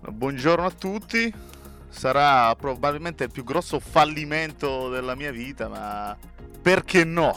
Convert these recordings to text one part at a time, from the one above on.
Buongiorno a tutti. Sarà probabilmente il più grosso fallimento della mia vita, ma perché no?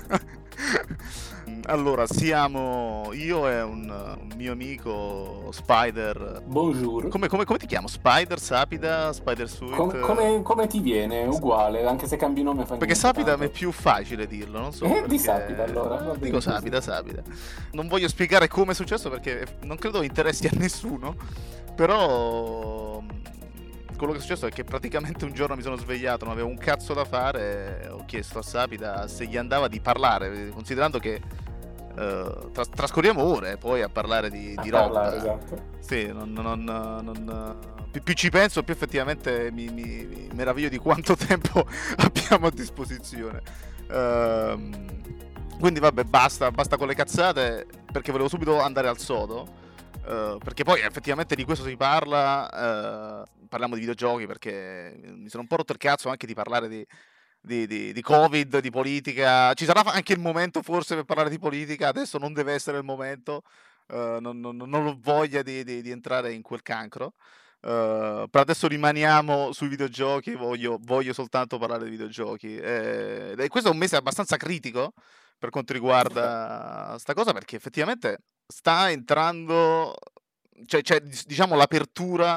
Allora, siamo io e un mio amico Spider. Bonjour. Come ti chiamo? Spider, Sapida, Spider Com- Suite? come, come ti viene? Uguale, anche se cambi nome fa Perché niente Sapida mi è tanto. più facile dirlo, non so Di perché. Sapida allora, va Dico bene così. Sapida, Sapida. Non voglio spiegare come è successo perché non credo interessi a nessuno, però quello che è successo è che praticamente un giorno mi sono svegliato, non avevo un cazzo da fare, e ho chiesto a Sapida se gli andava di parlare, considerando che trascorriamo ore poi a parlare A di parlare, roba. esatto. Sì, più ci penso, più effettivamente mi meraviglio di quanto tempo abbiamo a disposizione. Quindi vabbè, basta con le cazzate, perché volevo subito andare al sodo. Perché poi effettivamente di questo si parla, parliamo di videogiochi perché mi sono un po' rotto il cazzo anche di parlare di Covid, di politica. Ci sarà anche il momento forse per parlare di politica, adesso non deve essere il momento, non ho voglia di entrare in quel cancro. Per adesso rimaniamo sui videogiochi, voglio soltanto parlare di videogiochi. E questo è un mese abbastanza critico per quanto riguarda sta cosa, perché effettivamente sta entrando, cioè, diciamo l'apertura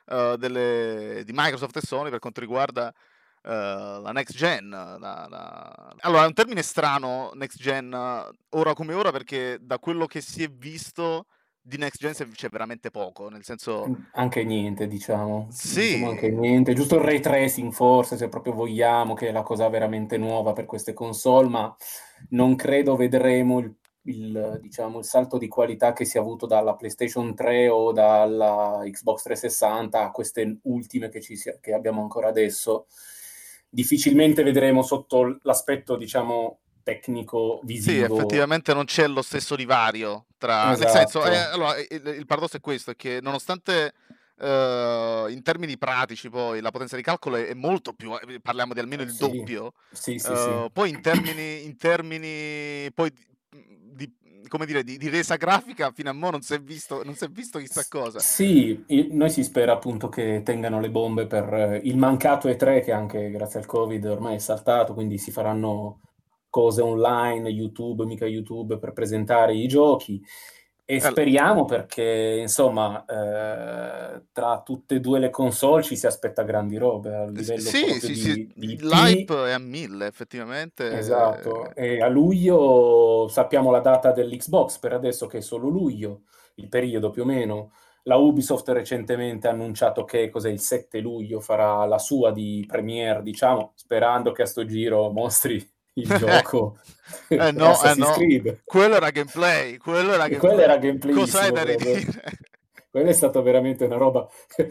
di Microsoft e Sony per quanto riguarda la next gen. Allora, è un termine strano, next gen, ora come ora, perché da quello che si è visto di next gen c'è veramente poco, nel senso, Anche niente, diciamo. Diciamo sì. anche niente. Giusto il ray tracing, forse, se proprio vogliamo, che è la cosa veramente nuova per queste console, ma non credo vedremo diciamo, il salto di qualità che si è avuto dalla PlayStation 3 o dalla Xbox 360 a queste ultime che abbiamo ancora adesso. Difficilmente vedremo sotto l'aspetto, diciamo, tecnico, Sì, visivo. effettivamente non c'è lo stesso divario tra, nel senso, Esatto. allora, il paradosso è questo, è che nonostante in termini pratici poi la potenza di calcolo è molto più, parliamo di almeno il Sì, doppio, sì, sì, sì. poi in termini poi come dire, di resa grafica fino a mo' non si è visto chissà cosa. Sì, noi si spera appunto che tengano le bombe per il mancato E3 che anche grazie al Covid ormai è saltato, quindi si faranno cose online, YouTube, mica YouTube, per presentare i giochi. E Eh, speriamo perché, insomma, tra tutte e due le console ci si aspetta grandi robe a livello sì, proprio sì, sì, di IP. l'hype è a 1000 Esatto, effettivamente. e a luglio sappiamo la data dell'Xbox per adesso che è solo luglio, il periodo più o meno. La Ubisoft recentemente ha annunciato che cos'è, il 7 luglio farà la sua di premiere, diciamo, sperando che a sto giro mostri il gioco No, Assassin's no, Creed. quello era gameplay, quello era E quello era gameplay. Cosa hai gameplayissimo da proprio. ridire? Quella è stata veramente una roba.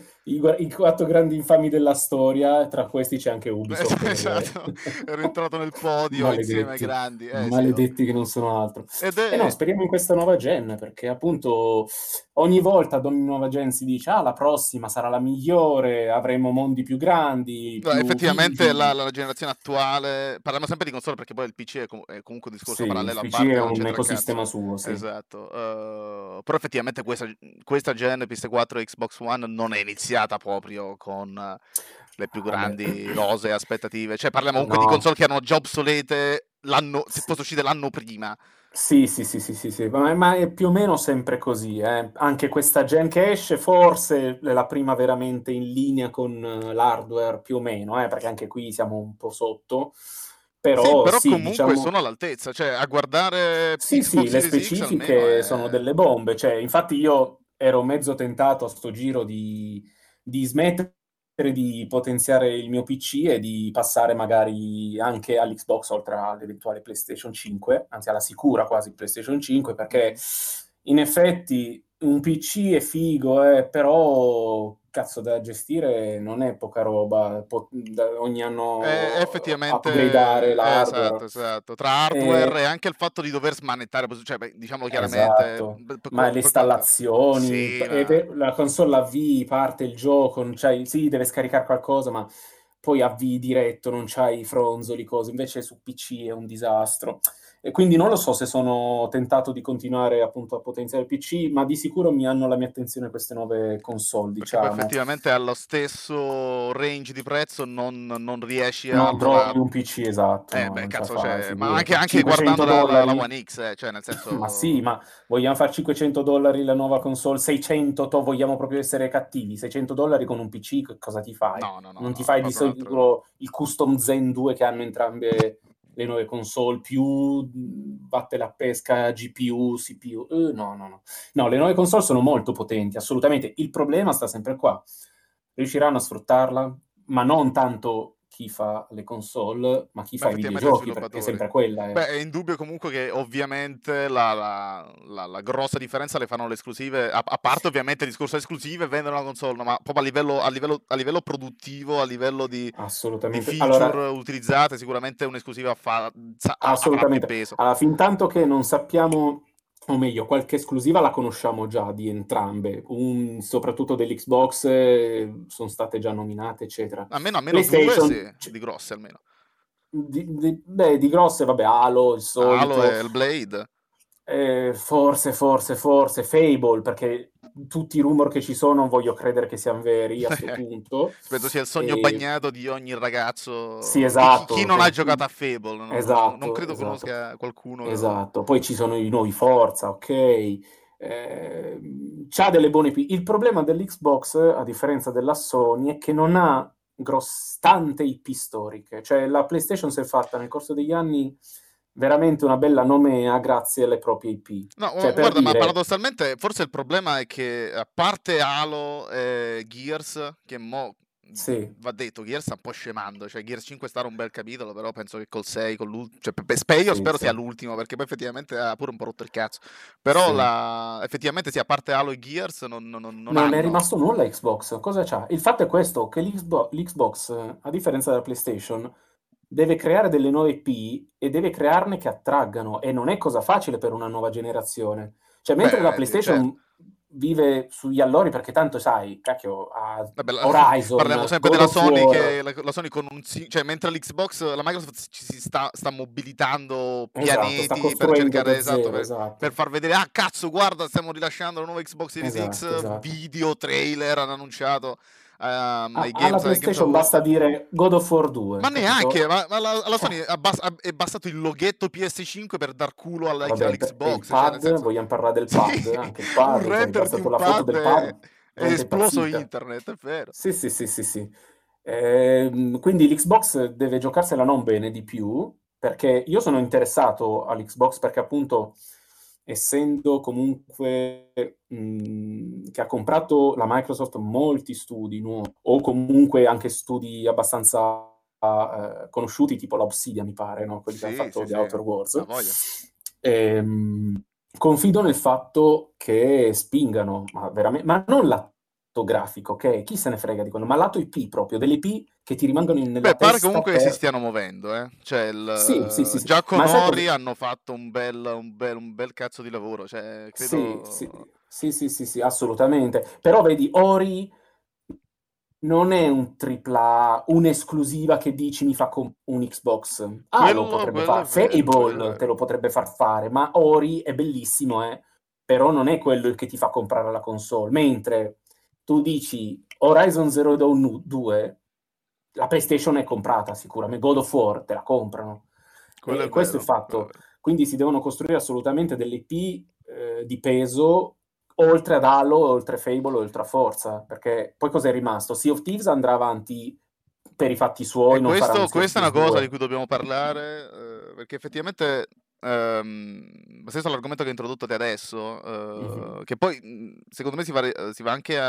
I quattro grandi infami della storia, tra questi c'è anche Ubisoft. Esatto, ero entrato nel podio insieme ai Maledetti, grandi. Sì, oh. maledetti che non sono altro. Ed E no, è speriamo in questa nuova gen, perché appunto ogni volta ad ogni nuova gen si dice, ah, la prossima sarà la migliore, avremo mondi più grandi, no, più effettivamente vivi. la generazione attuale, parliamo sempre di console perché poi il PC è comunque un discorso Sì, il parallelo a PC è parte, non un c'entra un cazzo. ecosistema suo, sì. Esatto. Però effettivamente questa gen PS4 e Xbox One non è iniziata proprio con le più Vabbè. grandi rose e aspettative. Cioè parliamo comunque di No, console che erano già obsolete se sì. fosse uscite l'anno prima. Sì, sì, sì, sì, sì, sì, ma è più o meno sempre così, eh. Anche questa gen che esce forse è la prima veramente in linea con l'hardware, più o meno, perché anche qui siamo un po' sotto, Sì, però però sì, comunque diciamo, sono all'alteccia, cioè a guardare sì, sì, Xbox le Series X almeno specifiche sono è. delle bombe, cioè, infatti io ero mezzo tentato a sto giro di smettere di potenziare il mio PC e di passare magari anche all'Xbox oltre all'eventuale PlayStation 5, anzi alla sicura quasi PlayStation 5, perché Mhm. in effetti un PC è figo, però cazzo da gestire non è poca roba, ogni anno Effettivamente, upgradare l'hardware. esatto, esatto. Tra hardware E e anche il fatto di dover smanettare, cioè, beh, diciamolo chiaramente, Esatto, ma le per quanto. installazioni, Sì, ma. la console avvii, parte il gioco, non c'hai, sì, deve scaricare qualcosa, ma poi avvii diretto, non c'hai fronzoli, cose, invece su PC è un disastro. E quindi non lo so se sono tentato di continuare appunto a potenziare il PC, ma di sicuro mi hanno la mia attenzione queste nuove console, Perché poi diciamo. effettivamente allo stesso range di prezzo non riesci a Non trovi trovare. un PC esatto, no, Beh, non ce la cazzo, fai, ma anche, figurati. anche guardando 500 la dollari? One X, cioè nel Ma sì, senso. ma vogliamo fare 500 dollari la nuova console? 600, vogliamo proprio essere cattivi? 600 dollari con un PC, cosa ti fai? No, no, no, Non ti no, fai di proprio un altro. solito il custom Zen 2 che hanno entrambe le nuove console, più batte la pesca GPU, CPU. No, no, no. No, le nuove console sono molto potenti, assolutamente. Il problema sta sempre qua. Riusciranno a sfruttarla? Ma non tanto chi fa le console, ma chi Ma fa i effettivamente videogiochi, perché è sviluppatori. sempre quella. Beh, è indubbio comunque che ovviamente la grossa differenza le fanno le esclusive, a parte ovviamente il discorso esclusive, vendere una console, no, ma proprio a livello produttivo, a livello di Assolutamente. Allora, feature utilizzate, sicuramente un'esclusiva avrà più assolutamente. peso. Allora, fin tanto che non sappiamo, o meglio, qualche esclusiva la conosciamo già di entrambe, soprattutto dell'Xbox, sono state già nominate, eccetera. Almeno due, sì, PlayStation, di grosse almeno. beh, di grosse, vabbè, Halo, il Halo solito. e il Blade. Forse Fable, perché tutti i rumor che ci sono non voglio credere che siano veri a sto punto. Penso sia il sogno E bagnato di ogni sì, ragazzo, di chi esatto, non ha giocato a Fable, non esatto, credo esatto, conosca qualcuno esatto. Poi ci sono i nuovi Forza, ok. C'ha delle buone Il problema dell'Xbox, a differenza della Sony, è che non ha tante IP storiche. Cioè, la PlayStation si è fatta nel corso degli anni veramente una bella nomea grazie alle proprie IP. No, Cioè, per guarda, ma dire, paradossalmente forse il problema è che a parte Halo e Gears, che sì, va detto, Gears sta un po' scemando, cioè Gears 5 è stato un bel capitolo, però penso che col 6, con l'ultimo, cioè io sì, spero sì, sia l'ultimo, perché poi effettivamente ha pure un po' rotto il cazzo, però sì. effettivamente sì, a parte Halo e Gears non Non è hanno. rimasto nulla Xbox. Cosa c'ha? Il fatto è questo, che l'Xbox, a differenza della PlayStation, deve creare delle nuove IP e deve crearne che attraggano, e non è cosa facile per una nuova generazione. Cioè, mentre la Beh, certo. PlayStation vive sugli allori, perché tanto sai, cacchio, ha Vabbè, parliamo Horizon, sempre God della of Sony, War. che la Sony con cioè mentre l'Xbox, la Microsoft ci si sta mobilitando Esatto, sta pianeti per costruendo cercare, da esatto, zero, per esatto. far vedere, ah cazzo, guarda, stiamo rilasciando la nuova Xbox Series Esatto, X, esatto. video, trailer, hanno annunciato Alla ai Games PlayStation basta Award. dire God of War Ma 2, neanche, capito? alla Sony Eh. è bastato il loghetto PS5 per dar culo Vabbè, e il all'Xbox, cioè nel pad, senso, vogliamo parlare del sì, pad? Anche il un pad, cioè è render di bastato un la foto pad del è pad, è gente esploso impazzita. internet, è vero. Sì, sì, sì, sì, sì. Quindi l'Xbox deve giocarsela non bene di più, perché io sono interessato all'Xbox perché appunto, essendo comunque che ha comprato la Microsoft molti studi nuovi, o comunque anche studi abbastanza conosciuti, tipo la Obsidian, mi pare, no? Quelli che hanno Sì, fatto sì, The sì, Outer ha Worlds. voglia. Confido nel fatto che spingano, ma veramente, ma non lato grafico, ok? Chi se ne frega di quello, ma lato IP proprio, delle IP che ti rimangono nella Beh, pare testa comunque che si per. stiano muovendo, eh. Cioè, Sì, sì, sì, sì. già con Ma sai Ori cosa? hanno fatto un bel cazzo di lavoro, cioè, Sì, sì, credo. sì, sì, sì, sì, assolutamente. Però vedi, Ori non è un tripla, un'esclusiva che dici mi fa con un Xbox. Ah, lo potrebbe Quello è fare. vero, quello è Fable te vero. lo potrebbe far fare, ma Ori è bellissimo, però non è quello che ti fa comprare la console. Mentre tu dici Horizon Zero Dawn 2, la PlayStation è comprata sicuramente, God of War te la comprano. Quello è E questo è il vero, quello è fatto. vero. Quindi si devono costruire assolutamente delle IP di peso, oltre ad Halo, oltre Fable, oltre a Forza, perché poi cosa è rimasto? Sea of Thieves andrà avanti per i fatti E suoi, non farà un Sea of questa è una Thieves cosa di 2. cui dobbiamo parlare, perché effettivamente, stesso l'argomento che hai introdotto te Mhm. adesso, che poi secondo me si va anche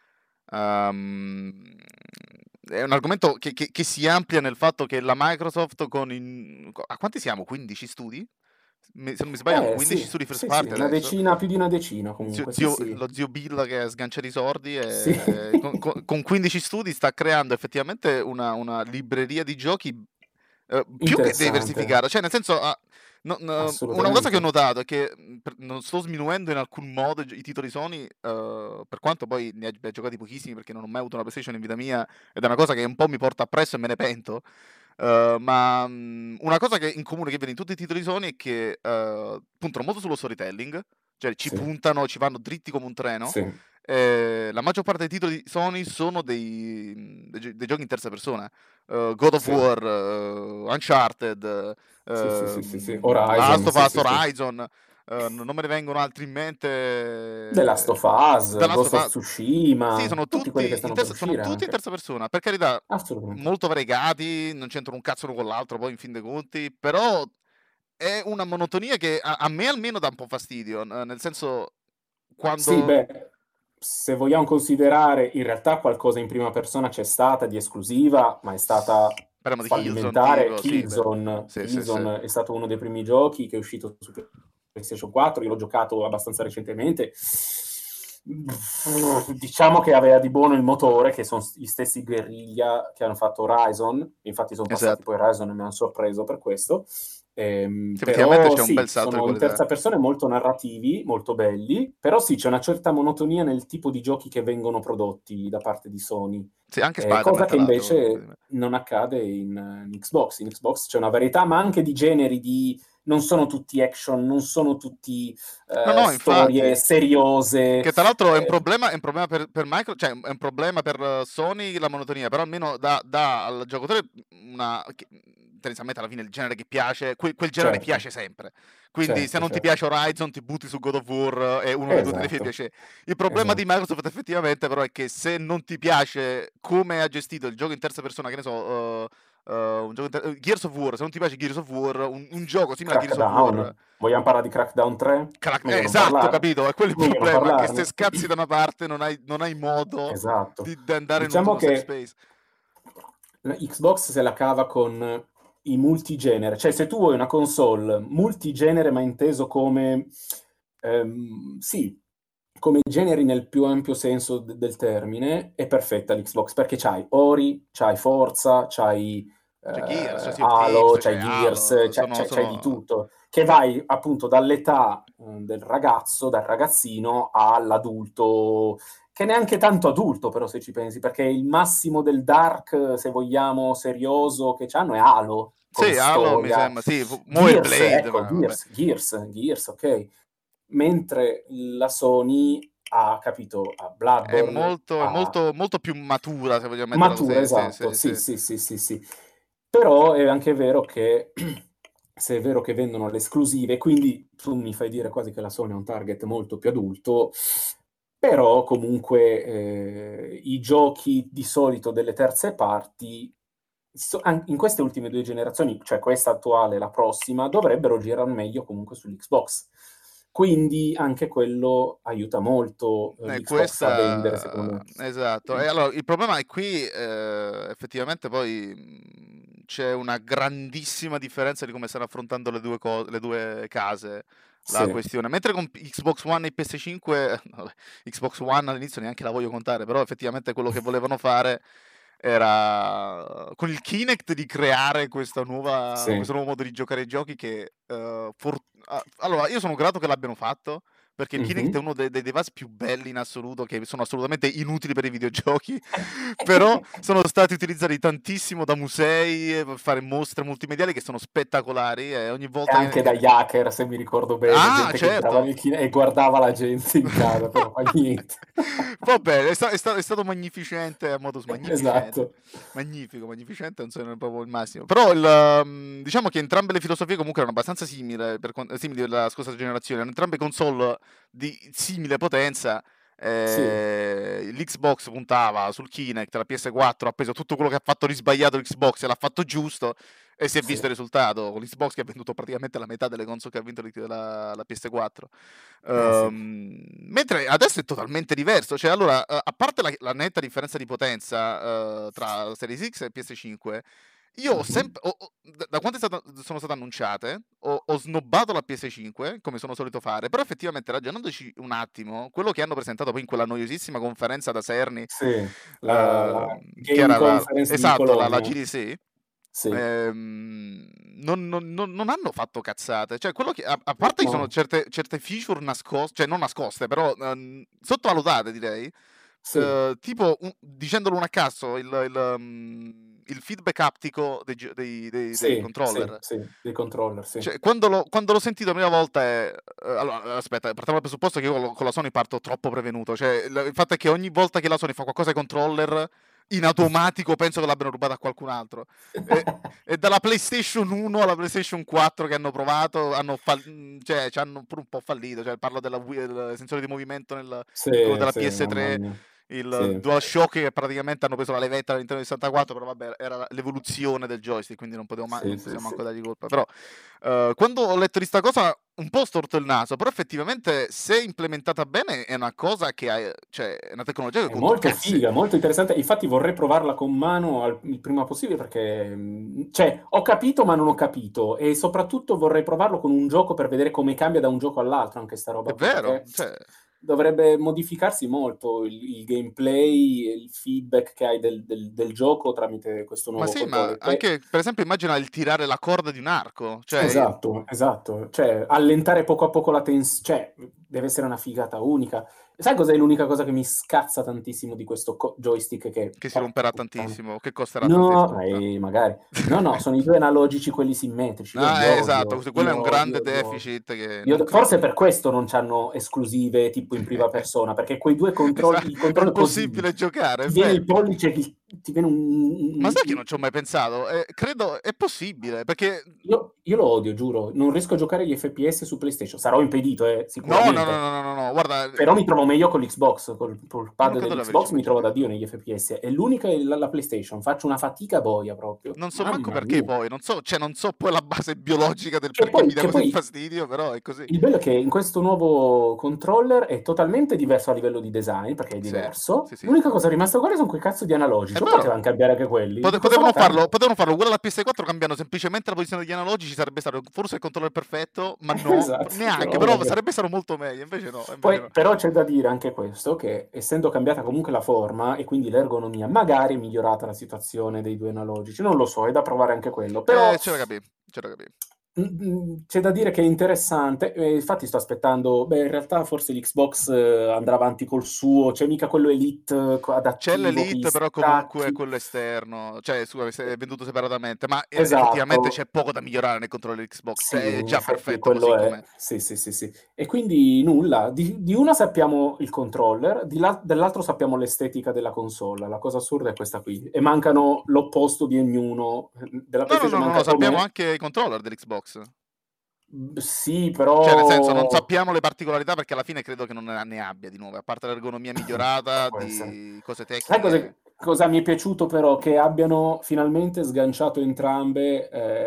è un argomento che si amplia nel fatto che la Microsoft a quanti siamo? 15 studi? Se non mi sbaglio, hanno 15 Sì, studi first sì, sì, party una adesso. decina, più di una decina comunque, sì, sì. Lo zio Bill che sgancia i sordi Sì, e con 15 studi sta creando effettivamente una libreria di giochi più che interessante, diversificata. Cioè, nel senso, una cosa che ho assolutamente. notato è che non sto sminuendo in alcun modo i titoli Sony, per quanto poi ne abbia giocati pochissimi perché non ho mai avuto una PlayStation in vita mia ed è una cosa che un po' mi porta appresso e me ne pento. Ma una cosa che in comune che vede in tutti i titoli Sony è che puntano molto sullo storytelling, cioè ci Sì, puntano, ci vanno dritti come un treno. sì, La maggior parte dei titoli Sony sono dei giochi in terza persona. God of sì, War, Uncharted, sì, sì, sì, sì, sì. Last Horizon, of sì, Us, sì, sì. Horizon, non me ne vengono altri in The Last mente. of Us, The Last of Ghost of Us. Sì, Tsushima, tutti quelli che stanno per sono uscire tutti in anche. terza persona, per carità, Assolutamente. molto variegati, non c'entrano un cazzo uno con l'altro, poi in fin dei conti, però è una monotonia che a me almeno dà un po' fastidio, nel senso, Sì, quando beh, se vogliamo considerare, in realtà qualcosa in prima persona c'è stata di esclusiva, ma è stata parliamo di Killzone, fallimentare. tipo, sì, beh, Killzone, sì, sì, sì. Killzone è stato uno dei primi giochi che è uscito su PlayStation 4, io l'ho giocato abbastanza recentemente. Diciamo che aveva di buono il motore, che sono gli stessi Guerriglia che hanno fatto Horizon, infatti sono passati Esatto. poi Horizon e mi hanno sorpreso per questo. Sì, effettivamente Però c'è un bel sì, salto di sono in qualità. terza persona molto narrativi, molto belli, però sì, c'è una certa monotonia nel tipo di giochi che vengono prodotti da parte di Sony, Sì, anche Spider-Man, cosa tra che l'altro. invece non accade in Xbox. In Xbox c'è una varietà, ma anche di generi, non sono tutti action, non sono tutti No, no, storie infatti. seriose. Che tra l'altro è un problema per Microsoft, cioè è un problema per Sony la monotonia, però almeno dà al giocatore tendenzialmente alla fine il genere che piace, quel genere Certo, piace sempre. Quindi se certo, non ti certo. piace Horizon ti butti su God of War e uno dei due te ne fai Esatto, piacere. Il problema di esatto. Microsoft effettivamente però è che se non ti piace come ha gestito il gioco in terza persona, che ne so, Gears of War, se non ti piace Gears of War, un gioco simile a Gears of War. Crackdown. Vogliamo parlare di Crackdown 3? Meglio non Esatto, parlarne. capito? È quello il Meglio non problema, che se parlarne. scazzi da una parte non hai modo Esatto. di andare in un Diciamo tuo safe che space. la Xbox se la cava con i multigenere, cioè se tu vuoi una console multigenere ma inteso come, sì, come generi nel più ampio senso del termine, è perfetta l'Xbox perché c'hai Ori, c'hai Forza, c'hai C'è Gears, c'è Sea of Halo, Thieves, c'hai c'è Gears, Halo, c'hai di sono... tutto, che vai appunto dall'età del ragazzo, dal ragazzino all'adulto che neanche tanto adulto, però, se ci pensi, perché il massimo del dark, se vogliamo, serioso che c'hanno è Halo, come Sì, Halo mi storia. sembra, sì, mo' è Gears, Blade, ecco, ma vabbè. Gears, ok. Mentre la Sony ha capito, a Bloodborne, È ha molto più matura, se vogliamo metterla matura, così, sì, esatto, sì, sì, sì. sì, sì, sì, sì. Però è anche vero che se è vero che vendono le esclusive, quindi tu mi fai dire quasi che la Sony è un target molto più adulto, però comunque i giochi di solito delle terze parti, in queste ultime due generazioni, cioè questa attuale e la prossima, dovrebbero girare meglio comunque sull'Xbox. Quindi anche quello aiuta molto l'Xbox a vendere, secondo Questa me. esatto. E allora il problema è qui, effettivamente poi c'è una grandissima differenza di come stanno affrontando le due case la Sì. questione. Mentre con Xbox One e PS5, vabbè, Xbox One all'inizio neanche la voglio contare, però effettivamente quello che volevano fare era con il Kinect di creare Sì. questo nuovo modo di giocare ai giochi che allora io sono grato che l'abbiano fatto perché il Kinect è Mhm. uno dei device più belli in assoluto, che sono assolutamente inutili per i videogiochi, però sono stati utilizzati tantissimo da musei per fare mostre multimediali che sono spettacolari e ogni E volta anche dagli hacker, se mi ricordo bene, Ah, gente che entrava certo! e guardava la gente in casa, però fa niente. Vabbè, è stato magnificente a modus magnificente. Esatto. Magnifico, magnificente, non so, non è proprio il massimo. Però diciamo che entrambe le filosofie comunque erano abbastanza simili della scorsa generazione, erano entrambe console di simile potenza. Sì, L'Xbox puntava sul Kinect, la PS4 ha preso tutto quello che ha fatto di sbagliato l'Xbox e l'ha fatto giusto e si è sì, visto il risultato con l'Xbox che ha venduto praticamente la metà delle console che ha vinto la PS4. sì. Mentre adesso è totalmente diverso, cioè allora, a parte la netta differenza di potenza tra Series X e PS5, io ho Mhm. sempre, da quando sono state annunciate, ho snobbato la PS5, come sono solito fare, però effettivamente ragionandoci un attimo, quello che hanno presentato poi in quella noiosissima conferenza da Cerny, Sì, la che Game era Conference di esatto, la Colonia. GDC, Sì. non hanno fatto cazzate. Cioè, quello che, a parte ci sono No. certe feature nascoste, cioè non nascoste, però sottovalutate, direi. Sì, tipo, dicendolo un a caso, il feedback aptico dei sì, sì, controller. sì, dei controller, sì. Cioè, quando l'ho sentito la prima volta, allora, aspetta, partiamo dal presupposto che io con la Sony parto troppo prevenuto. Cioè, il fatto è che ogni volta che la Sony fa qualcosa ai controller, in automatico penso che l'abbiano rubata a qualcun altro. E dalla PlayStation 1 alla PlayStation 4 che hanno provato, cioè, ci hanno pure un po' fallito. Cioè, parlo del sensore di movimento in quello Sì, della sì, mamma PS3, mia. il Sì, DualShock che praticamente hanno preso la levetta all'interno di 64, però vabbè, era l'evoluzione del joystick, quindi sì, non sì, possiamo sì. manco dargli colpa. Però quando ho letto di sta cosa un po' ho storto il naso, però effettivamente se implementata bene è una cosa cioè è una tecnologia che È conta un molto cazzo. figa, molto interessante. Infatti vorrei provarla con mano il prima possibile perché, cioè, ho capito ma non ho capito e soprattutto vorrei provarlo con un gioco per vedere come cambia da un gioco all'altro anche sta È roba qui, vero, perché cioè, dovrebbe modificarsi molto il gameplay, e il feedback che hai del gioco tramite questo ma nuovo sì, ma controller. Che anche per esempio immagina il tirare la corda di un arco, cioè esatto, esatto. Cioè, allentare poco a poco la cioè, deve essere una figata unica. Sai cos'è l'unica cosa che mi scazza tantissimo di questo joystick che che si porca romperà puttana. tantissimo, che costerà tantissimo. No, No. magari. No, no, sono i due analogici, quelli simmetrici. Io li Ah, esatto, odio, quello li è un grande odio, li odio. deficit che non Forse credo. per questo non c'hanno esclusive tipo in prima persona, perché quei due controlli, il È controllo così, impossibile giocare, è ti viene il vero. pollice, ti viene Ma sai che non ci ho mai pensato? Credo è possibile, perché io lo odio, giuro. Non riesco a giocare gli FPS su PlayStation. Sarò impedito, no, no, no, sicuramente. no, no, no, guarda, Però mi trovo meglio con l'Xbox, col io non pad credo di averci dell'Xbox mai mi trovo da giocato. Dio negli FPS. È l'unica è la PlayStation. Faccio una fatica boia proprio. Non so manco Mamma perché mia. poi, non so, cioè non so poi la base biologica del Che perché mi poi, dia che così poi fastidio, però è così. il bello è che in questo nuovo controller è totalmente diverso a livello di design, perché è Sì, diverso. sì, sì. L'unica cosa rimasta uguale sono quei cazzo di È analogici. O vero. potevano cambiare anche quelli. Costava tanto. Potevano farlo uguale alla PS4 cambiando semplicemente la posizione degli analogici, sarebbe stato forse il controller perfetto, ma no, Esatto, neanche, però però vabbè. sarebbe stato molto meglio, invece no, invece no. Poi, però c'è da dire anche questo, che essendo cambiata comunque la forma e quindi l'ergonomia, magari è migliorata la situazione dei due analogici. Non lo so, è da provare anche quello. Però C'è da capire, c'è da capire. c'è da dire che è interessante. Infatti sto aspettando, beh, in realtà forse l'Xbox andrà avanti col suo, c'è mica quello Elite C'è adattivo che gli l'Elite, però comunque è stacchi. quello esterno, cioè scusa, è venduto separatamente, ma effettivamente Esatto. c'è poco da migliorare nel controller Xbox, Sì, cioè è in già effetti perfetto così quello è. com'è. Sì, sì, sì, sì. E quindi nulla, di una sappiamo il controller, dell'altro sappiamo l'estetica della console. La cosa assurda è questa qui. E mancano l'opposto di ognuno. Della No, no, PlayStation no, no, no, manca sappiamo come. anche i controller dell'Xbox. Sì, Cioè, nel senso, non però. sappiamo le particolarità perché alla fine credo che non ne abbia di nuove, a parte l'ergonomia migliorata, Può essere. di cose Sai tecniche. cosa mi è piaciuto però? Che abbiano finalmente sganciato entrambe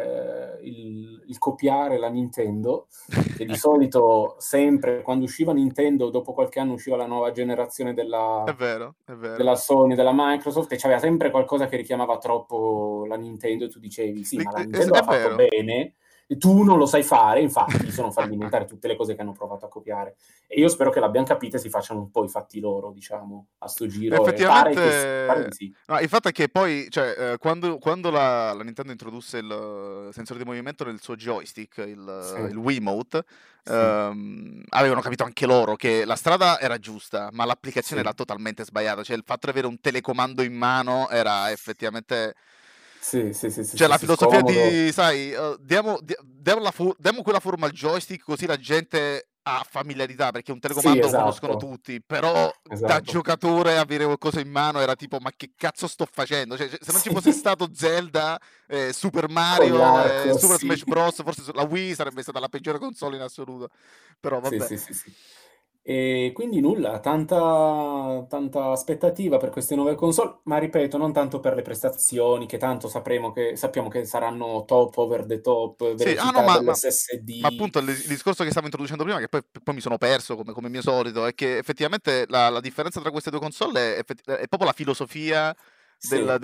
il copiare la Nintendo, che di solito sempre quando usciva Nintendo, dopo qualche anno usciva la nuova generazione È della, vero, è vero. della Sony, della Microsoft, e c'aveva sempre qualcosa che richiamava troppo la Nintendo e tu dicevi sì, ma la Nintendo È ha fatto vero. bene e tu non lo sai fare, infatti sono fallimentari tutte le cose che hanno provato a copiare. E io spero che l'abbiano capito e si facciano un po' i fatti loro, diciamo, a sto giro. E pare di Effettivamente, sì. no, il fatto è che poi, cioè, quando la Nintendo introdusse il sensore di movimento nel suo joystick, Sì, il Wiimote, sì, avevano capito anche loro che la strada era giusta, ma l'applicazione sì, era totalmente sbagliata. Cioè, il fatto di avere un telecomando in mano era effettivamente. sì, sì, sì, sì, Cioè, sì, la sì, filosofia scomodo. di, sai, diamo quella forma al joystick così la gente ha familiarità, perché un Sì, telecomando lo conoscono esatto, tutti, però da esatto. giocatore avere qualcosa in mano era tipo, ma che cazzo sto facendo? Cioè, se non ci fosse Sì, stato Zelda, Super con Mario, l'arco, Super sì. Smash Bros., forse la Wii sarebbe stata la peggiore console in assoluto. Però Sì, vabbè. sì, sì, sì. E quindi nulla, tanta, tanta aspettativa per queste nuove console, ma ripeto, non tanto per le prestazioni, che tanto sappiamo che saranno top over the top, Sì, ah no, velocità ma dell'SSD. appunto il discorso che stavo introducendo prima, che poi mi sono perso come mio solito, è che effettivamente la differenza tra queste due console è proprio la filosofia Sì,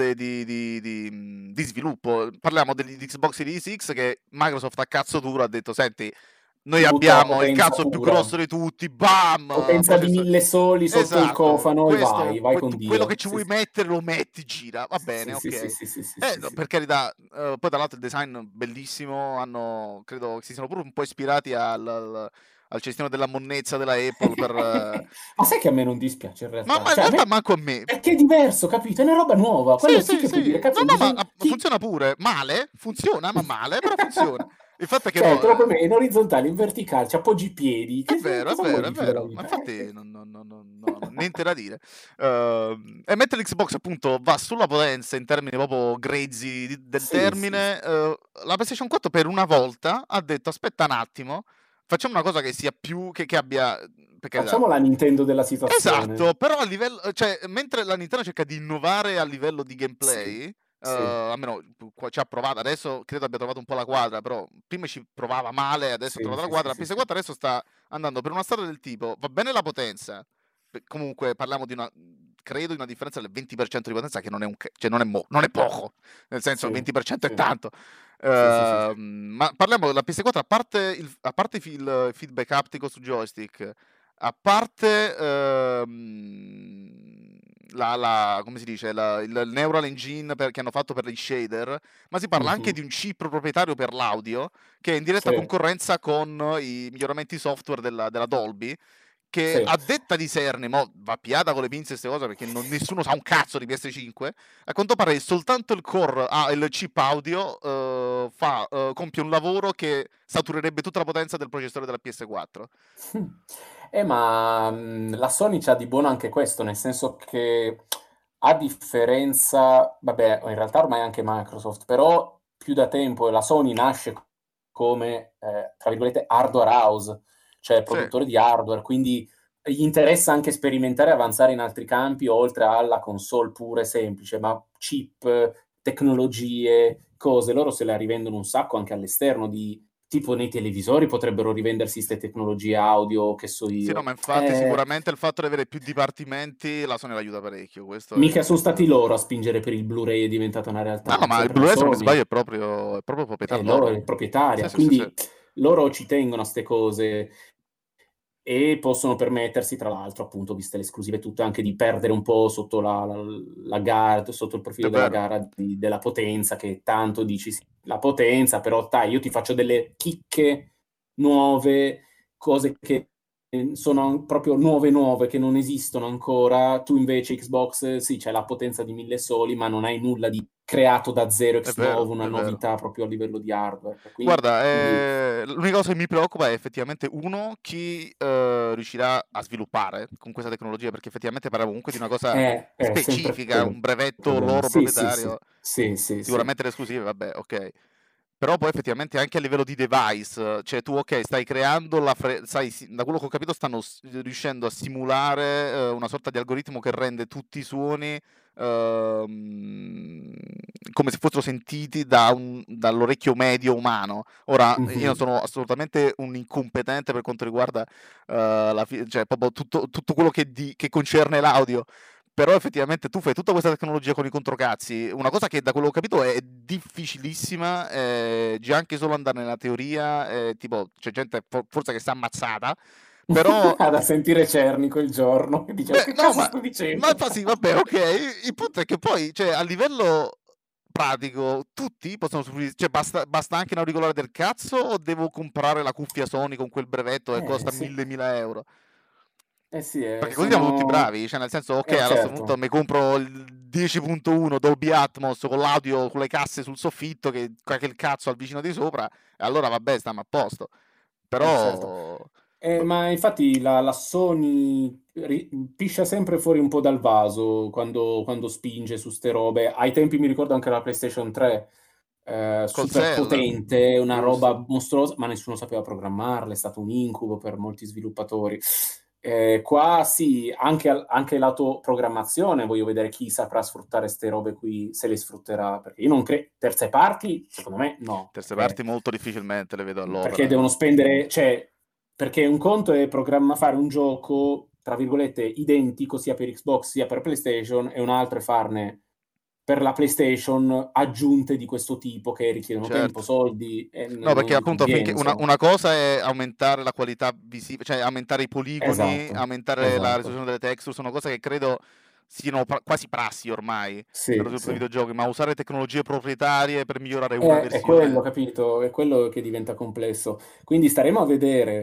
di sviluppo. Parliamo di Xbox Series X che Microsoft a cazzo duro ha detto, senti, noi ti butto la abbiamo il potenza cazzo più pura, grosso di tutti, bam! potenza di 1000 soli sotto il Esatto, cofano e vai con quello che Dio. ci Sì, vuoi mettere lo metti, gira, va bene, sì, sì, sì, ok. sì, sì, sì, sì, No, sì. per carità, poi tra l'altro il design bellissimo, credo che si siano pure un po' ispirati al cestino della monnezza della Apple per... Ma sai che a me non dispiace in Ma realtà? in Cioè, a realtà me manco a me. perché è diverso, capito? È una roba nuova. Sì, Quello sì sì, che puoi dire, sì. cazzo, No, un no, ma disegno. funziona pure. Male? Funziona, ma male, però funziona. Il fatto è che Cioè, no, te lo puoi mettere in orizzontale, in verticale, ci appoggi i piedi. è vero, è Cosa vuoi vero, è di più dalla vero. Ma vita? infatti niente da dire. E mentre l'Xbox appunto va sulla potenza in termini proprio grezzi del Sì, sì, sì. termine, la PlayStation 4 per una volta ha detto aspetta un attimo, facciamo una cosa che sia più, che abbia, per carità. Facciamo la Nintendo della situazione. Esatto, però a livello, cioè, mentre la Nintendo cerca di innovare a livello di Sì, gameplay, sì, almeno ci ha provato, adesso credo abbia trovato un po' la quadra, però prima ci provava male, adesso ha sì, trovato la sì, sì, quadra. La sì, sì. PS4 adesso sta andando per una strada del tipo, va bene la potenza, comunque parliamo di una, credo di una differenza del 20% di potenza che non è, cioè non è poco, nel senso il Sì, 20% è sì, tanto. sì, sì, sì, sì. Ma parliamo della PS4, a parte il feedback aptico su joystick, a parte come si dice, il Neural Engine che hanno fatto per i shader, ma si parla anche Mhm. di un chip proprietario per l'audio che è in diretta Sì, concorrenza con i miglioramenti software della Dolby, che sì. a detta di Cerny, mo va piata con le pinze queste cose perché nessuno sa un cazzo di PS5, a quanto pare soltanto il core, il chip audio compie un lavoro che saturerebbe tutta la potenza del processore della PS4. Ma la Sony c'ha di buono anche questo, nel senso che a differenza, vabbè, in realtà ormai anche Microsoft, però più da tempo la Sony nasce come, tra virgolette, hardware house, cioè Sì. produttore di hardware, quindi gli interessa anche sperimentare e avanzare in altri campi, oltre alla console pure semplice, ma chip, tecnologie, cose, loro se la rivendono un sacco anche all'esterno di tipo nei televisori potrebbero rivendersi queste tecnologie audio, che so Sì, no, io. ma infatti sicuramente il fatto di avere più dipartimenti la Sony l'aiuta parecchio, questo Mica sono è stati indubbiamente. loro a spingere per il Blu-ray, è diventata una No, no, realtà, ma il sempre la Blu-ray se non mi Sony, sbaglio è proprio proprietà è loro, è loro. Sì, proprietaria, sì, sì, sì. quindi loro ci tengono a ste cose e possono permettersi, tra l'altro, appunto, viste le esclusive tutte, anche di perdere un po' sotto la gara, sotto il È profilo della vero. gara della potenza, che tanto dici sì, la potenza, però dai, io ti faccio delle chicche nuove, cose che sono proprio nuove nuove, che non esistono ancora. Tu invece Xbox, sì, c'è la potenza di 1000 soli, ma non hai nulla di creato da zero È ex vero, novo, una è vero. novità proprio a livello di hardware. Guarda, Quindi l'unica cosa che mi preoccupa è effettivamente uno, chi riuscirà a sviluppare con questa tecnologia, perché effettivamente parliamo comunque di una cosa è sempre specifica, quello il un brevetto problema. loro Sì, sì, sì, proprietario, sì, sì, sì. sicuramente le esclusive, vabbè, ok. Però poi effettivamente anche a livello di device, cioè tu ok, stai creando sai, da quello che ho capito stanno riuscendo a simulare una sorta di algoritmo che rende tutti i suoni ehm, come se fossero sentiti dall'orecchio medio umano. Ora, io Mhm. sono assolutamente un incompetente per quanto riguarda cioè proprio tutto quello che concerne l'audio. Però effettivamente tu fai tutta questa tecnologia con i controcazzi, una cosa che da quello che ho capito è difficilissima, già anche solo andare nella teoria, tipo c'è gente forse che sta ammazzata, però Da sentire Cerny quel giorno e dice: "Ma beh, che no, cosa ma, sto ma dicendo?" sì, vabbè, ok. Il punto è che poi, cioè, a livello pratico, tutti possono usufruire, cioè, basta anche un auricolare del cazzo o devo comprare la cuffia Sony con quel brevetto che costa Sì. 1000 euro? Eh sì, Perché così siamo tutti sono bravi, cioè nel senso, ok, a questo punto certo. mi compro il 10.1 Dolby Atmos con l'audio, con le casse sul soffitto che il cazzo al vicino di sopra, e allora vabbè, stiamo a posto. Certo. Però, Ma infatti la Sony piscia sempre fuori un po' dal vaso quando spinge su ste robe. Ai tempi mi ricordo anche la PlayStation 3, col super Cell, potente, una giusto? roba mostruosa, ma nessuno sapeva programmarla, è stato un incubo per molti sviluppatori. Qua sì, anche lato programmazione, voglio vedere chi saprà sfruttare ste robe qui, se le sfrutterà, perché io non credo, terze parti, secondo me no, Terze parti molto difficilmente le vedo perché all'opera. devono spendere, cioè, perché un conto è fare un gioco, tra virgolette, identico sia per Xbox sia per PlayStation, e un altro è farne per la PlayStation aggiunte di questo tipo che richiedono tempo, Certo. soldi e No, perché non appunto conviene, finché insomma. una cosa è aumentare la qualità visiva, cioè aumentare i poligoni, Esatto, aumentare la esatto. risoluzione delle texture, sono cose che credo siano quasi prassi ormai nello Sì, sviluppo sì. di videogiochi, ma usare tecnologie proprietarie per migliorare una È quello, versione. capito? È quello che diventa complesso. Quindi staremo a vedere.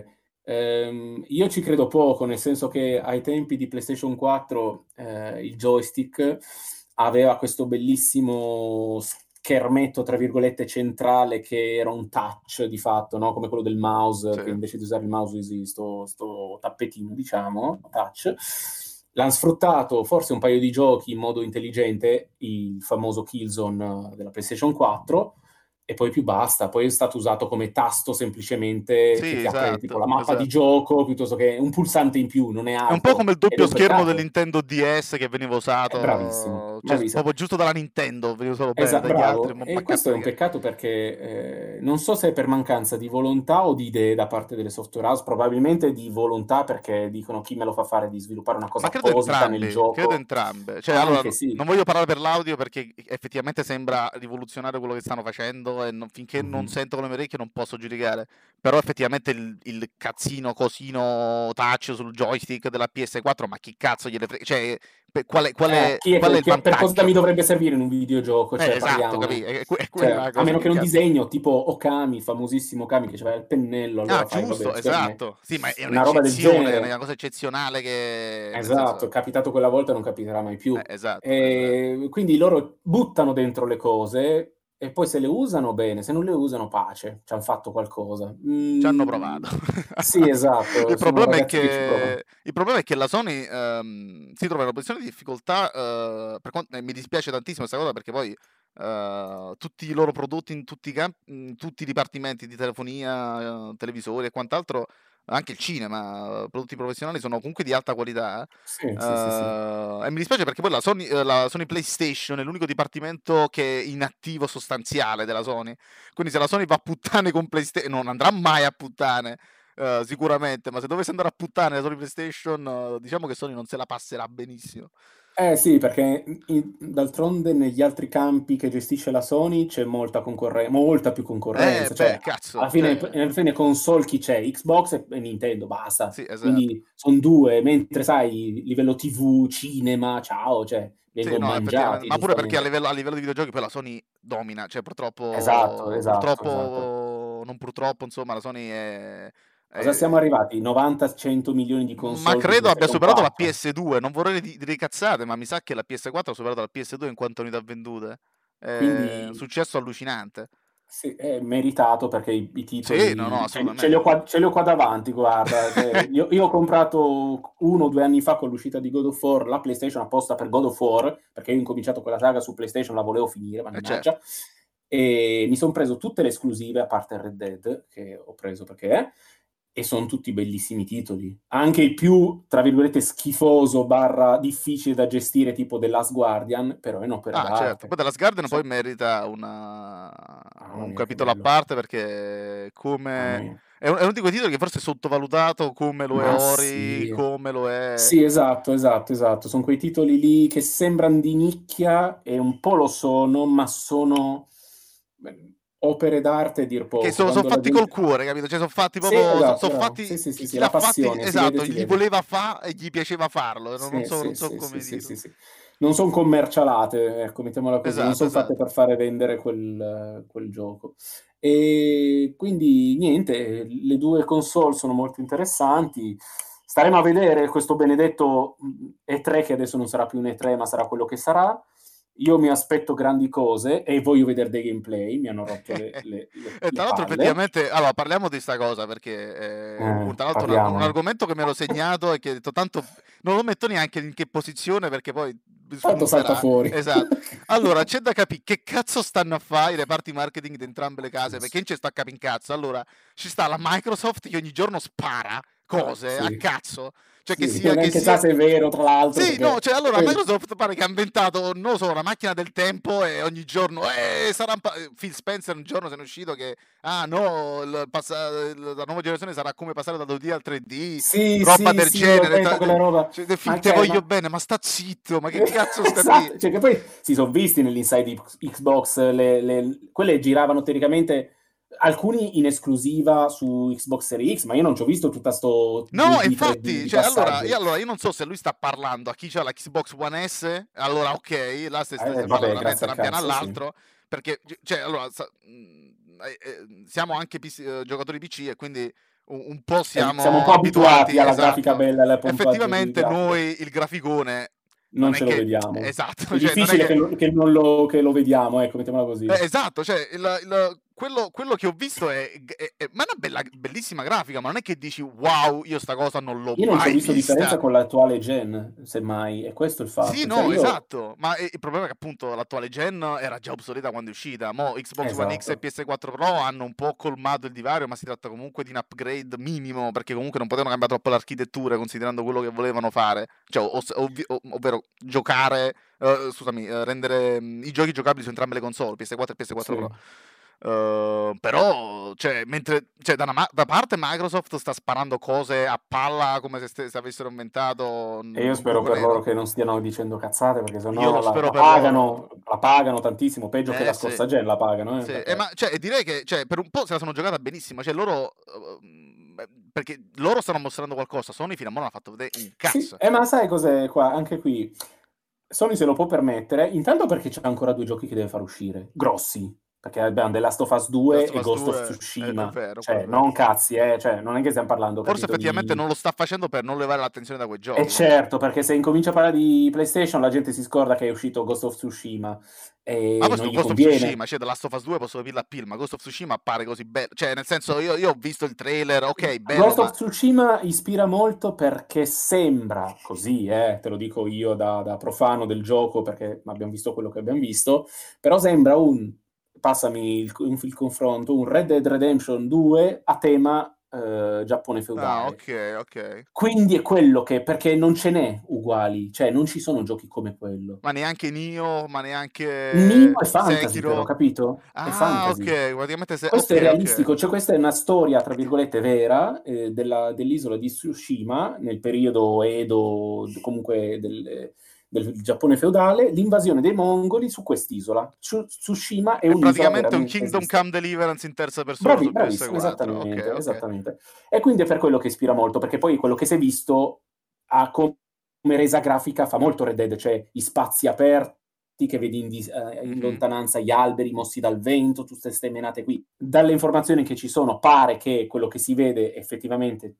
Io ci credo poco, nel senso che ai tempi di PlayStation 4 il joystick aveva questo bellissimo schermetto, tra virgolette, centrale che era un touch di fatto, no? Come quello del mouse, che Sì. invece di usare il mouse usi sto tappetino, diciamo, touch. L'hanno sfruttato forse un paio di giochi in modo intelligente, il famoso Killzone della PlayStation 4, e poi più basta. Poi è stato usato come tasto semplicemente Sì, che ti apre tipo esatto, la mappa di esatto. gioco piuttosto che un pulsante in più, non è È un po' come altro. il Ed è doppio un schermo del peccato. Nintendo DS che veniva Bravissimo, usato, cioè bravissimo. proprio giusto dalla Nintendo, veniva usato bene, dagli altri Bravo, un e mancato questo è di un che. peccato perché non so se è per mancanza di volontà o di idee da parte delle software house, probabilmente di volontà perché dicono chi me lo fa fare di sviluppare una cosa Ma credo apposita nel entrambi, credo gioco. entrambe. Cioè, allora, Anche sì. non voglio parlare per l'audio perché effettivamente sembra rivoluzionario quello che stanno facendo e finché non Mhm. sento con le mie orecchie non posso giudicare. Però effettivamente il cazzino cosino touch sul joystick della PS4, ma chi cazzo gliene frega? Cioè, qual è il Per cosa mi vantaggio? dovrebbe servire in un videogioco? Cioè, Esatto, capì? parliamone. È quella Cioè, la a cosa meno che che non cazzo. disegno tipo Okami, famosissimo Okami, che aveva il pennello, Ah, allora fai, vabbè, giusto, schermi. esatto. Sì, ma è Una roba del un'eccezione, è genere. una cosa eccezionale che, nel Esatto, è senso, capitato quella volta e non capiterà mai più. esatto, esatto. E quindi loro buttano dentro le cose e poi se le usano bene, se non le usano pace, ci hanno fatto qualcosa. Ci hanno provato. Sì, esatto, Il sono problema è ragazzi che ci provano. che, il problema è che la Sony si trova in una posizione di difficoltà, e mi dispiace tantissimo questa cosa perché poi tutti i loro prodotti in tutti in tutti i dipartimenti di telefonia, televisori e quant'altro, anche il cinema, prodotti professionali sono comunque di alta qualità. Sì, sì, sì, sì. E mi dispiace perché poi la Sony PlayStation è l'unico dipartimento che è inattivo sostanziale della Sony. Quindi se la Sony va a puttane con PlayStation, non andrà mai a puttane, sicuramente, ma se dovesse andare a puttane la Sony PlayStation, diciamo che Sony non se la passerà benissimo. Sì, perché d'altronde negli altri campi che gestisce la Sony c'è molta più concorrenza. Beh, Cioè, cazzo, alla fine console chi c'è? Xbox e Nintendo, basta. sì, esatto. Quindi sono due, mentre sai, livello TV, cinema, ciao, cioè, Sì, vengono no, effettivamente, mangiati, ma pure perché giustamente. a livello di videogiochi poi la Sony domina, cioè Esatto, esatto, esatto. purtroppo, non purtroppo, insomma, la Sony Cosa siamo è- arrivati? 90-100 milioni di ma console di credo abbia PlayStation superato la 4? PS2, non vorrei dire cazzate, ma mi sa che la PS4 ha superato la PS2 in quanto unità vendute. È un Quindi successo allucinante. sì, è meritato perché i Sì, no, no, titoli assolutamente. ce li ho qua davanti, guarda. Cioè, io ho comprato 1 o 2 anni fa con l'uscita di God of War la PlayStation apposta per God of War, perché io ho incominciato quella saga su PlayStation, la volevo finire, Certo. mannaggia. E mi sono preso tutte le esclusive, a parte Red Dead, che ho preso perché e sono tutti bellissimi titoli. Anche il più, tra virgolette, schifoso barra difficile da gestire, tipo The Last Guardian, però è un'opera Ah, certo. Poi d'arte. The Last Garden Cioè, poi merita mamma un mia, che capitolo a bello. parte perché Mamma come... mia. È uno di quei titoli che forse è sottovalutato come lo è Ma Ori, sì. come lo è... Sì, esatto, esatto, esatto. Sono quei titoli lì che sembrano di nicchia e un po' lo sono, ma sono opere d'arte a dir Che poco. sono Quando la fatti col gente... cuore, capito? Cioè sono fatti Sì, proprio... esatto, Sono bravo. fatti... Sì, sì, sì, sì, Chi l'ha la fatti, passione, esatto, si gli vede. voleva fare e gli piaceva farlo. Non Sì, so, sì, non so sì, sì, come sì, sì, dirlo. sì. Non sono commercialate, ecco, mettiamola così, non Esatto, sono fatte esatto. per fare vendere quel gioco. E quindi niente, le due console sono molto interessanti. Staremo a vedere questo benedetto E3, che adesso non sarà più un E3, ma sarà quello che sarà. Io mi aspetto grandi cose e voglio vedere dei gameplay, mi hanno rotto E le tra l'altro palle. effettivamente, allora parliamo di sta cosa perché tra l'altro un Parliamone. argomento che mi ero segnato e che ho detto tanto non lo metto neanche in che posizione perché poi Tanto salta spunterà. fuori. Esatto. Allora, c'è da capire che cazzo stanno a fare i reparti marketing di entrambe le case perché non ci sta a capire un cazzo. Allora, ci sta la Microsoft che ogni giorno spara cose a Sì. cazzo. Cioè Sì, che neanche sa sia se è vero, tra l'altro, sì, no, perché cioè allora Microsoft pare che ha inventato, non lo so, una macchina del tempo e ogni giorno, Phil Spencer un giorno se n'è uscito che, ah no, la nuova generazione sarà come passare dal 2D al 3D, sì, roba sì, del sì, ho genere, letto quella roba. cioè, del film Ma te cioè, voglio ma... bene, ma sta zitto, ma che cazzo sta di... Esatto, cioè che poi si sono visti nell'Inside Xbox, quelle giravano teoricamente alcuni in esclusiva su Xbox Series X, ma io non ci ho visto tutta sto No, 2D, 3D infatti, di cioè, passaggio. allora, io non so se lui sta parlando a chi ha la Xbox One S, allora ok, là se parla Vabbè, veramente grazie da al un piano cazzo, sì. all'altro, perché, cioè, allora, siamo anche giocatori PC e quindi un po' Siamo un siamo po' abituati alla grafica esatto. bella e alle pompaggine di Effettivamente grafica. noi il graficone non Non è ce lo che vediamo. esatto, È cioè non è difficile che che lo vediamo, ecco, mettiamola così. esatto, cioè quello che ho visto ma è una bellissima grafica, ma non è che dici wow, io sta cosa non l'ho Io non ci ho mai visto differenza vista. con l'attuale gen, semmai, è questo il Sì, fatto. Cioè no, io... esatto, ma il problema è che appunto l'attuale gen era già obsoleta quando è uscita. Mo' Xbox One X e Esatto, PS4 Pro hanno un po' colmato il divario, ma si tratta comunque di un upgrade minimo, perché comunque non potevano cambiare troppo l'architettura considerando quello che volevano fare, cioè, ovvero giocare, scusami, rendere i giochi giocabili su entrambe le console, PS4 e PS4 Pro. sì. Però, cioè, mentre cioè, da parte Microsoft sta sparando cose a palla come se avessero inventato E io un spero buco per loro nero. che non stiano dicendo cazzate, perché Io lo sennò spero per loro. la pagano tantissimo, peggio che Eh la sì, scorsa gen la pagano, sì. perché... Ma cioè, direi che cioè, per un po' se la sono giocata benissimo. Cioè, loro. Perché loro stanno mostrando qualcosa. Sony fino a ora non ha fatto vedere un Sì, cazzo. ma sai cos'è qua? Anche qui Sony se lo può permettere, intanto perché c'ha ancora 2 giochi che deve far uscire, grossi, perché abbiamo The Last of Us The Last 2 of e Us Ghost of 2 è Tsushima, vero, quello è cioè vero. non cazzi, cioè non è che stiamo parlando, Forse capito, effettivamente di... non lo sta facendo per non levare l'attenzione da quei E giochi. certo, perché se incomincia a parlare di PlayStation la gente si scorda che è uscito Ghost of Tsushima Ma e poi non sto gli Ghost of conviene. Tsushima, cioè The Last of Us 2 posso capirla a pill, ma Ghost of Tsushima appare così bello. Cioè, nel senso, io ho visto il trailer, ok, bello, Ghost of ma. Tsushima ispira molto perché sembra così, te lo dico io da profano del gioco perché abbiamo visto quello che abbiamo visto, però sembra passami il confronto, un Red Dead Redemption 2 a tema Giappone Ah, feudale. ok, ok. Quindi è quello che, perché non ce n'è uguali, cioè non ci sono giochi come quello. Ma neanche Nioh, ma Nino neanche è fantasy però, Sekiro. capito? È Ah, fantasy. ok, praticamente se. Questo è Ok, ok. realistico, cioè questa è una storia, tra virgolette, vera dell'isola di Tsushima nel periodo Edo, comunque del Giappone feudale, l'invasione dei mongoli su quest'isola. Tsushima è È un'isola praticamente un veramente Kingdom Come esiste. Deliverance in terza persona su Bravissimo, PS4. Ok, esattamente, ok. esattamente. E quindi è per quello che ispira molto, perché poi quello che si è visto ha come resa grafica fa molto Red Dead, cioè gli spazi aperti che vedi in Mhm. lontananza, gli alberi mossi dal vento, tutte queste menate qui. Dalle informazioni che ci sono pare che quello che si vede effettivamente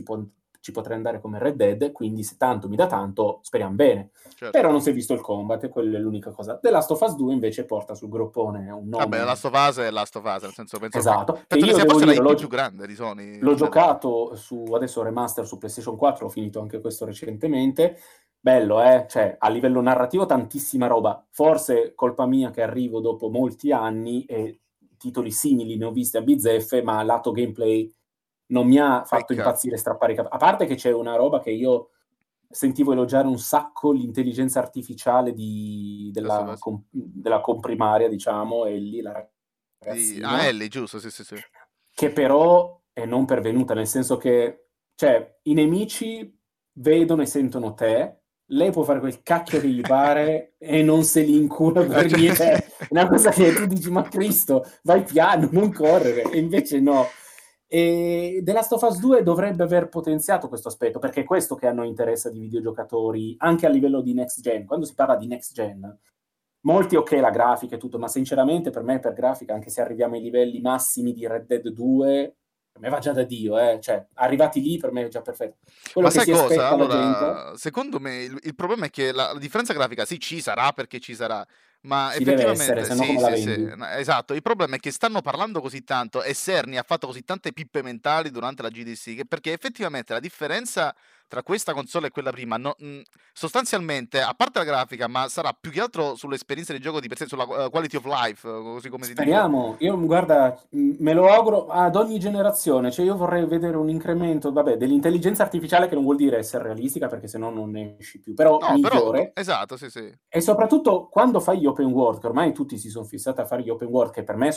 ci potrai andare come Red Dead, quindi se tanto mi dà tanto, speriamo bene. Certo. Però non si è visto il combat, e quella è l'unica cosa. The Last of Us 2 invece porta sul groppone un Vabbè, nome Last of Us è Last of Us, nel senso esatto, che penso che io sia devo forse la dire, IP più grande di Sony, l'ho credo. giocato su adesso remaster su PlayStation 4, ho finito anche questo recentemente. Bello, cioè a livello narrativo tantissima roba. Forse colpa mia che arrivo dopo molti anni e titoli simili ne ho visti a bizzeffe, ma lato gameplay non mi ha fatto Pecca. impazzire strappare i capelli. A parte che c'è una roba che io sentivo elogiare un sacco l'intelligenza artificiale Last of Us. della comprimaria, diciamo, e lì la ragazzina Ellie, giusto, sì, sì, sì. che però è non pervenuta, nel senso che, cioè, i nemici vedono e sentono te, lei può fare quel cacchio che gli pare e non se li incura per Cioè. niente. È una cosa che tu dici, ma Cristo, vai piano, non correre, e invece no. E The Last of Us 2 dovrebbe aver potenziato questo aspetto, perché è questo che a noi interessa di videogiocatori, anche a livello di next gen. Quando si parla di next gen, molti ok la grafica e tutto, ma sinceramente per me per grafica, anche se arriviamo ai livelli massimi di Red Dead 2, per me va già da Dio, cioè arrivati lì per me è già perfetto. Quello Ma che sai si cosa? aspetta la gente Allora, secondo me il problema è che la differenza grafica sì ci sarà perché ci sarà, ma ci deve essere, effettivamente se no sì, come la sì, sì, vendi? esatto. Il problema è che stanno parlando così tanto e Cerny ha fatto così tante pippe mentali durante la GDC perché effettivamente la differenza tra questa console e quella prima, sostanzialmente, a parte la grafica, ma sarà più che altro sull'esperienza di gioco di per sé, sulla quality of life, così come si dice. Speriamo, io guarda, me lo auguro ad ogni generazione, cioè io vorrei vedere un incremento, vabbè, dell'intelligenza artificiale che non vuol dire essere realistica perché sennò non ne esci più, però No, però, migliore. esatto, sì, sì. E soprattutto quando fai gli open world, che ormai tutti si sono fissati a fare gli open world, che per me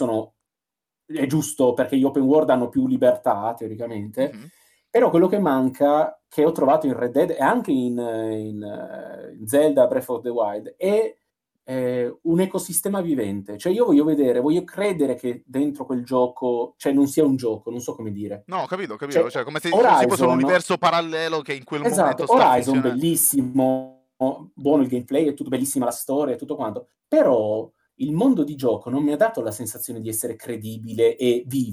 è giusto perché gli open world hanno più libertà, teoricamente, Mhm. però quello che manca, che ho trovato in Red Dead e anche in Zelda Breath of the Wild, è un ecosistema vivente. Cioè io voglio credere che dentro quel gioco, cioè non sia un gioco, non so come dire. No, ho capito, ho capito. Cioè, Cioè, come se si fosse un Horizon universo parallelo che in quel momento Esatto, sta Horizon funzionando. bellissimo, buono il gameplay, è tutto bellissima la storia e tutto quanto, però il mondo di gioco non mi ha dato la sensazione di essere credibile e vivo.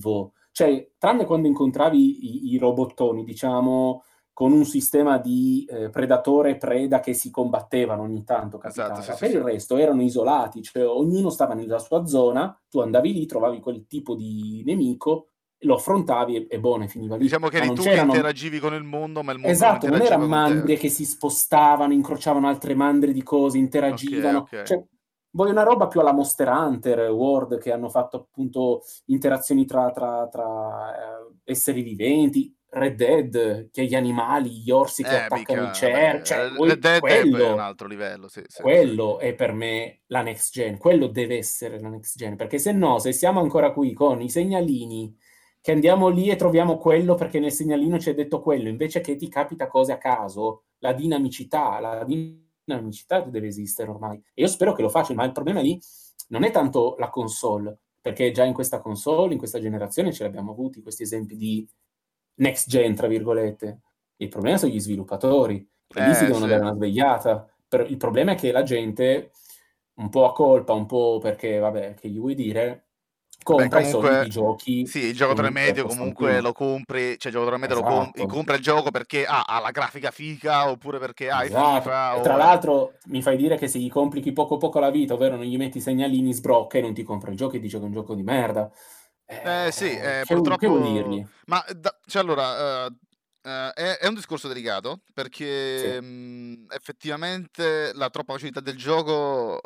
Cioè, tranne quando incontravi i robottoni, diciamo, con un sistema di predatore e preda che si combattevano ogni tanto, Esatto, sì, capitava. sì, Per sì. il resto erano isolati, cioè ognuno stava nella sua zona, tu andavi lì, trovavi quel tipo di nemico, lo affrontavi e buono, finiva lì. Diciamo che Ma eri non tu che c'erano... interagivi con il mondo, ma il mondo non Esatto, non erano interagiva con te. mandrie che si spostavano, incrociavano altre mandrie di cose, Ok, interagivano. ok. Cioè, voglio una roba più alla Monster Hunter World, che hanno fatto appunto interazioni tra esseri viventi. Red Dead, che gli animali, gli orsi che attaccano i Mica, cervi. Cioè, vabbè, Red Dead è poi un quello, altro livello, sì, sì, sì. quello è per me la next gen. Quello deve essere la next gen. Perché se no, se siamo ancora qui con i segnalini che andiamo lì e troviamo quello perché nel segnalino c'è detto quello, invece che ti capita cose a caso, la dinamicità deve esistere ormai. E io spero che lo faccia, ma il problema lì non è tanto la console, perché già in questa console, in questa generazione, ce l'abbiamo avuti questi esempi di next gen, tra virgolette. Il problema sono gli sviluppatori, e lì si devono Sì. dare una svegliata. Il problema è che la gente, un po' a colpa, un po' perché, vabbè, che gli vuoi dire, Beh, compra i soliti comunque, giochi sì, il giocatore che medio costano comunque prima. lo compri, cioè il giocatore medio Esatto, compra il gioco perché ha la grafica figa, oppure perché ha il esatto. FIFA, E tra o... l'altro mi fai dire che se gli complichi poco poco la vita, ovvero non gli metti i segnalini, sbrocca e non ti compra il gioco e dice che è un gioco di merda. Sì, Che vuoi purtroppo... dirgli? Ma, cioè allora, è un discorso delicato, Sì. perché effettivamente la troppa facilità del gioco,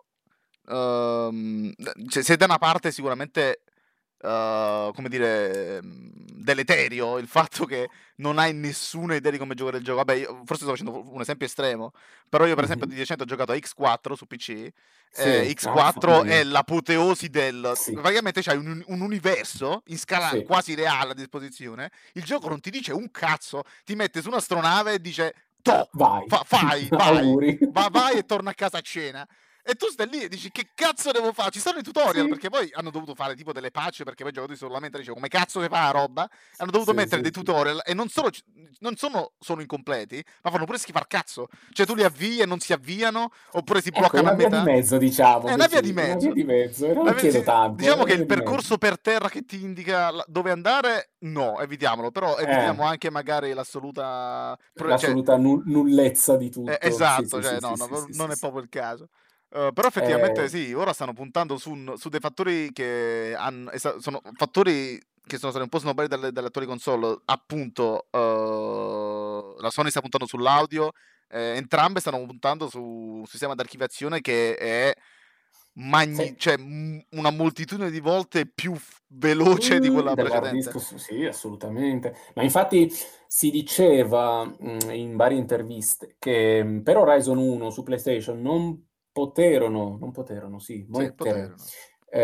cioè, se da una parte sicuramente, come dire, deleterio il fatto che non hai nessuna idea di come giocare il gioco. Vabbè, io forse sto facendo un esempio estremo, però io per esempio Mhm. di recente ho giocato a X4 su PC. Sì, ah, X4 mamma è mia. l'apoteosi del... Sì, Praticamente c'hai un universo in scala sì. quasi reale a disposizione. Il gioco non ti dice un cazzo, ti mette su un'astronave e dice: Toh, Vai. fai, vai, Auguri. vai e torna a casa a cena. E tu stai lì e dici: Che cazzo devo fare? Ci sono i tutorial, Sì. perché poi hanno dovuto fare tipo delle patch, perché poi i giocatori solamente dice come cazzo si fa la roba. Hanno dovuto Sì, mettere sì, dei sì. tutorial e non sono incompleti, ma fanno pure schifar cazzo. Cioè tu li avvii e non si avviano, oppure si Ecco, bloccano a una via di metà. mezzo, diciamo, È una via di così. Una via mezzo. di mezzo. E non chiedo tanto, è Diciamo una che via il di mezzo. percorso per terra che ti indica dove andare, no, evitiamolo, però Eh, evitiamo anche magari l'assoluta... cioè, l'assoluta nullezza di tutto. Sì, esatto, sì, cioè sì, no, sì, sì, sì, non sì, è sì. proprio il caso. Però effettivamente Eh, sì, ora stanno puntando su dei fattori che sono fattori che sono stati un po' snobbati dalle attuali console. Appunto, la Sony sta puntando sull'audio, entrambe stanno puntando su un sistema di archiviazione che è sì. cioè, una moltitudine di volte più veloce di quella Dell'hard precedente. disk, sì, assolutamente. Ma infatti si diceva in varie interviste che per Horizon 1 su PlayStation non poterono, sì, Sì, mettere poterono.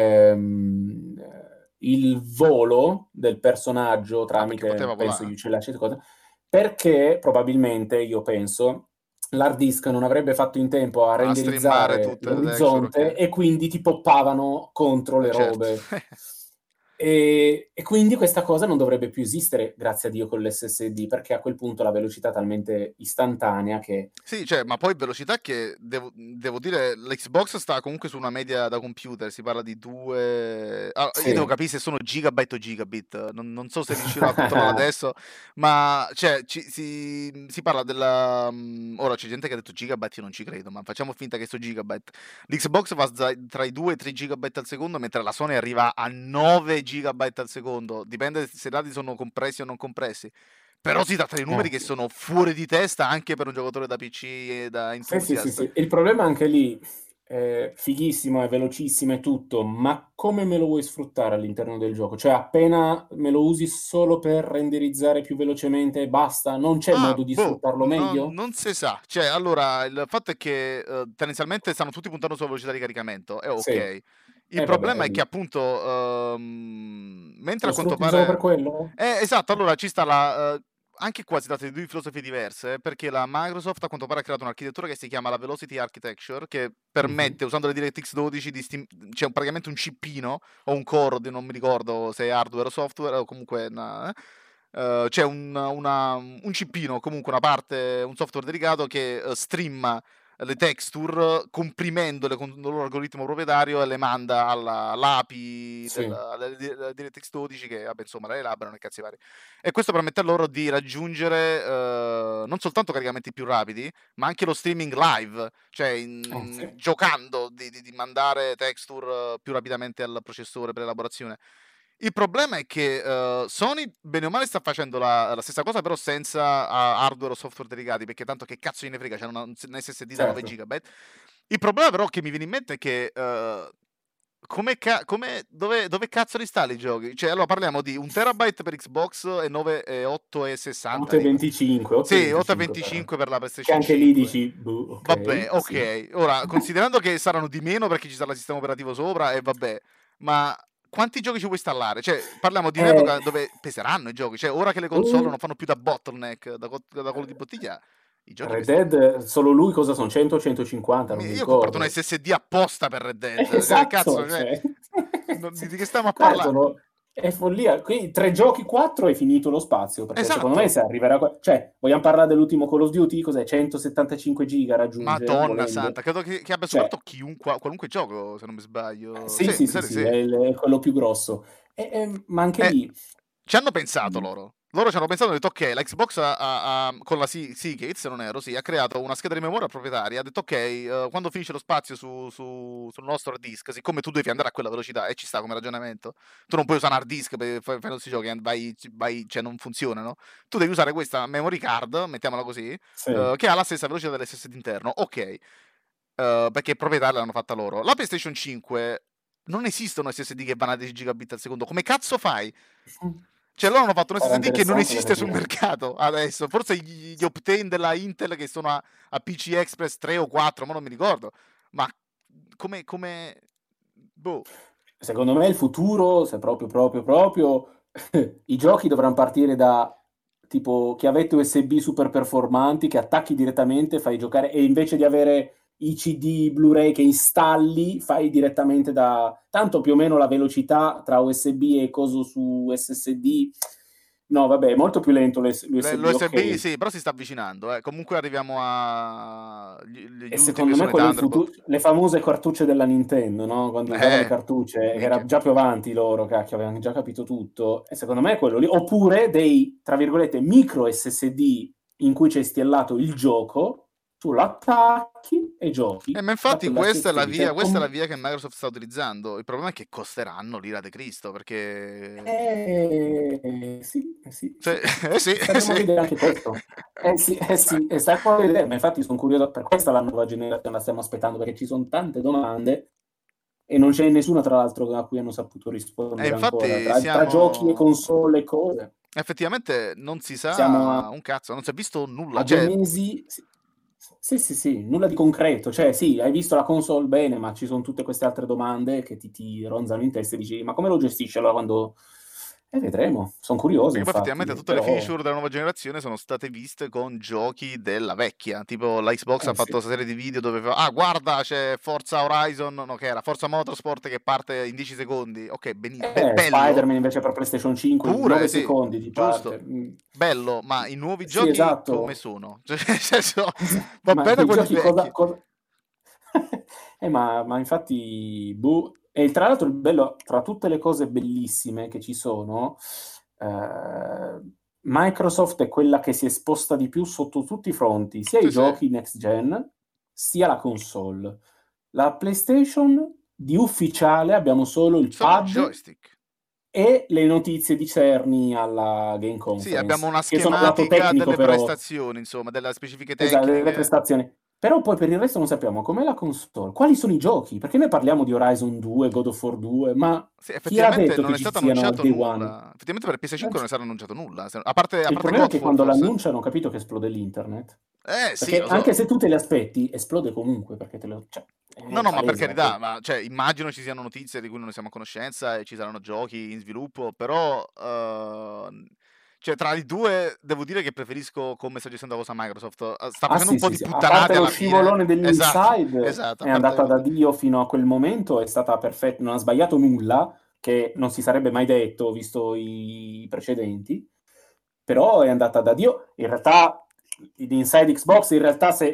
il volo del personaggio Ah, perché tramite, poteva penso, volare. gli uccelli, eccetera, perché probabilmente, io penso, l'hard disk non avrebbe fatto in tempo a A streamare renderizzare tutte le texture, l'orizzonte ok. e quindi ti poppavano contro le Certo. robe. E quindi questa cosa non dovrebbe più esistere, grazie a Dio, con l'SSD, perché a quel punto la velocità è talmente istantanea che... Sì, cioè, ma poi velocità che devo dire, l'Xbox sta comunque su una media da computer, si parla di 2... io devo Sì. capire se sono gigabyte o gigabit, non so se riuscirò a controllare adesso, ma cioè, si parla della... ora c'è gente che ha detto gigabyte, io non ci credo, ma facciamo finta che sto gigabyte. L'Xbox va tra i 2 e i 3 gigabyte al secondo, mentre la Sony arriva a 9 gigabyte al secondo, dipende se i dati sono compressi o non compressi. Però si tratta di numeri che Sì. sono fuori di testa anche per un giocatore da PC e da Sì, sì, sì, enthusiast. sì. Il problema anche lì è fighissimo, è velocissimo e tutto, ma come me lo vuoi sfruttare all'interno del gioco? Cioè, appena me lo usi solo per renderizzare più velocemente e basta, non c'è Ah, modo di boh, sfruttarlo meglio? non si sa. Cioè, allora, il fatto è che tendenzialmente stanno tutti puntando sulla velocità di caricamento, è Sì. ok. Il E vabbè, problema è è che lì. appunto, mentre a Lo quanto sfrutti solo per pare... quello? esatto, allora ci sta la... anche qua si tratta di due filosofie diverse, perché la Microsoft a quanto pare ha creato un'architettura che si chiama la Velocity Architecture, che Mhm. permette, usando le DirectX 12, c'è praticamente un cippino, o un core, non mi ricordo se è hardware o software, o comunque c'è un cippino, comunque una parte, un software dedicato che streama le texture, comprimendole con il loro algoritmo proprietario e le manda all'API Sì. della DirectX 12 che, vabbè, insomma, la elaborano e cazzi vari. E questo permette a loro di raggiungere non soltanto caricamenti più rapidi, ma anche lo streaming live, cioè Sì. giocando di mandare texture più rapidamente al processore per l'elaborazione. Il problema è che Sony, bene o male, sta facendo la stessa cosa, però senza hardware o software dedicati, perché tanto che cazzo gliene frega, c'è un SSD da 9 Certo. GB. Il problema però che mi viene in mente è che dove cazzo li installi i giochi? Cioè, allora parliamo di 1 terabyte per Xbox e 9, 8 e 60 tipo. 8,25, Sì, 8 e 8,25 25 per la che PlayStation anche lì 5. dici, boh, Vabbè, ok, sì. ok. Ora, considerando che saranno di meno perché ci sarà il sistema operativo sopra, e vabbè, ma quanti giochi ci puoi installare? Cioè, parliamo di Eh, un'epoca dove peseranno i giochi. Cioè, ora che le console uh, non fanno più da bottleneck, da collo di bottiglia, i giochi Red pesano. Dead, solo lui cosa sono? 100 o 150, non mi Io ho comprato un ricordo. SSD apposta per Red Dead. Cioè, Esatto, cazzo, cioè, cioè. di che stiamo a Qua parlare? è follia. Qui 3 giochi, 4 è finito lo spazio, perché secondo me Esatto. se arriverà... Cioè, vogliamo parlare dell'ultimo Call of Duty? Cos'è? 175 giga raggiunge, Madonna volendo. santa, credo che abbia Cioè, superato qualunque gioco, se non mi sbaglio. sì, Sì, sì, mi sa sì, di sì, sì. è quello più grosso. Ma anche Eh, lì... Ci hanno pensato mm, loro. Loro ci hanno pensato e hanno detto ok, la Xbox con la Seagate, se non ero, sì, ha creato una scheda di memoria proprietaria, ha detto ok, quando finisce lo spazio sul nostro hard disk, siccome tu devi andare a quella velocità, e ci sta come ragionamento, tu non puoi usare un hard disk per fare questi giochi, cioè non funzionano, tu devi usare questa memory card, mettiamola così, sì. che ha la stessa velocità dell'SSD interno, ok, perché proprietaria l'hanno fatta loro. La PlayStation 5 non esistono SSD che vanno a 10 gigabit al secondo, come cazzo fai? Cioè loro hanno fatto un Sarà SSD che non interessante da esiste sul capire. mercato adesso. Forse gli Optane della Intel che sono a PC Express 3 o 4, ma non mi ricordo. Ma come... Boh. Secondo me il futuro, se proprio, i giochi dovranno partire da tipo chiavette USB super performanti che attacchi direttamente, fai giocare e invece di avere i CD Blu-ray che installi, fai direttamente da... Tanto più o meno la velocità tra USB e coso su SSD. No, vabbè, è molto più lento l'USB, L'USB ok. sì, però si sta avvicinando. Comunque arriviamo agli E ultimi secondo me sono i quello è il futuro, Thunderbolt. le famose cartucce della Nintendo, no? Quando usavano le cartucce, era Minchia. già più avanti loro, cacchio, avevano già capito tutto. E secondo me è quello lì. Oppure dei, tra virgolette, micro SSD in cui c'è installato il gioco, tu lo attacchi e giochi Ma da infatti quella SSD. Cioè, questa è la via che Microsoft sta utilizzando. Il problema è che costeranno l'ira di Cristo, perché... sì, sì, Cioè, sì. sì, Staremo a sì. vedere anche questo. Sì, e staremo a vedere. Ma infatti sono curioso, per questa la nuova generazione la stiamo aspettando, perché ci sono tante domande e non c'è nessuna, tra l'altro, a cui hanno saputo E rispondere ancora. infatti Tra giochi e siamo... console e cose, Effettivamente non si siamo sa un cazzo, non si è visto nulla. a due Cioè, mesi. Sì, sì, sì, sì, nulla di concreto. Cioè, sì, hai visto la console bene, ma ci sono tutte queste altre domande che ti ronzano in testa e dici, ma come lo gestisci allora quando... E vedremo. Sono curioso, perché poi effettivamente infatti, tutte le però... feature della nuova generazione sono state viste con giochi della vecchia. Tipo la Xbox ha fatto Sì. questa serie di video dove fa, ah, guarda, c'è Forza Horizon, no, che era Forza Motorsport che parte in 10 secondi. Ok, bello. Spider-Man invece per PlayStation 5 in Pure, 9 sì, secondi ti giusto. parte. Bello, ma i nuovi Sì, giochi come esatto. sono? Cioè, nel senso, va Ma bene i quelli giochi vecchi. ma infatti, boh. E tra l'altro il bello, tra tutte le cose bellissime che ci sono, eh, Microsoft è quella che si è esposta di più sotto tutti i fronti, sia i Sì, sì. giochi next gen, sia la console. La PlayStation di ufficiale abbiamo solo il Solo il pad joystick. e le notizie di Cerny alla Game Sì, abbiamo Conference, una che sono lato schematica tecnico delle però, prestazioni, insomma, delle specifiche esatto, delle tecniche. prestazioni. Però poi per il resto non sappiamo com'è la console, quali sono i giochi, perché noi parliamo di Horizon 2, God of War 2, ma Sì, chi ha effettivamente detto non che è ci stato siano al annunciato day one? nulla. Effettivamente per PS5 non è Eh, stato annunciato nulla. A Il parte problema è che Godfall, quando forse. l'annunciano ho capito che esplode l'internet. Sì, Perché lo anche so. se tu te le aspetti, esplode comunque, perché cioè, No, è no, ma per palese la cosa. carità, ma cioè, immagino ci siano notizie di cui non ne siamo a conoscenza e ci saranno giochi in sviluppo, però cioè, tra i due devo dire che preferisco come sta gestendo la cosa Microsoft. Sta Ah facendo un sì, po' sì, di sì. A parte puttanate lo alla fine. scivolone Esatto, dell'Inside, esatto, a è parte andata da quello. Dio fino a quel momento, è stata perfetta, non ha sbagliato nulla, che non si sarebbe mai detto visto i precedenti, però è andata da Dio. In realtà l'Inside Xbox, in realtà se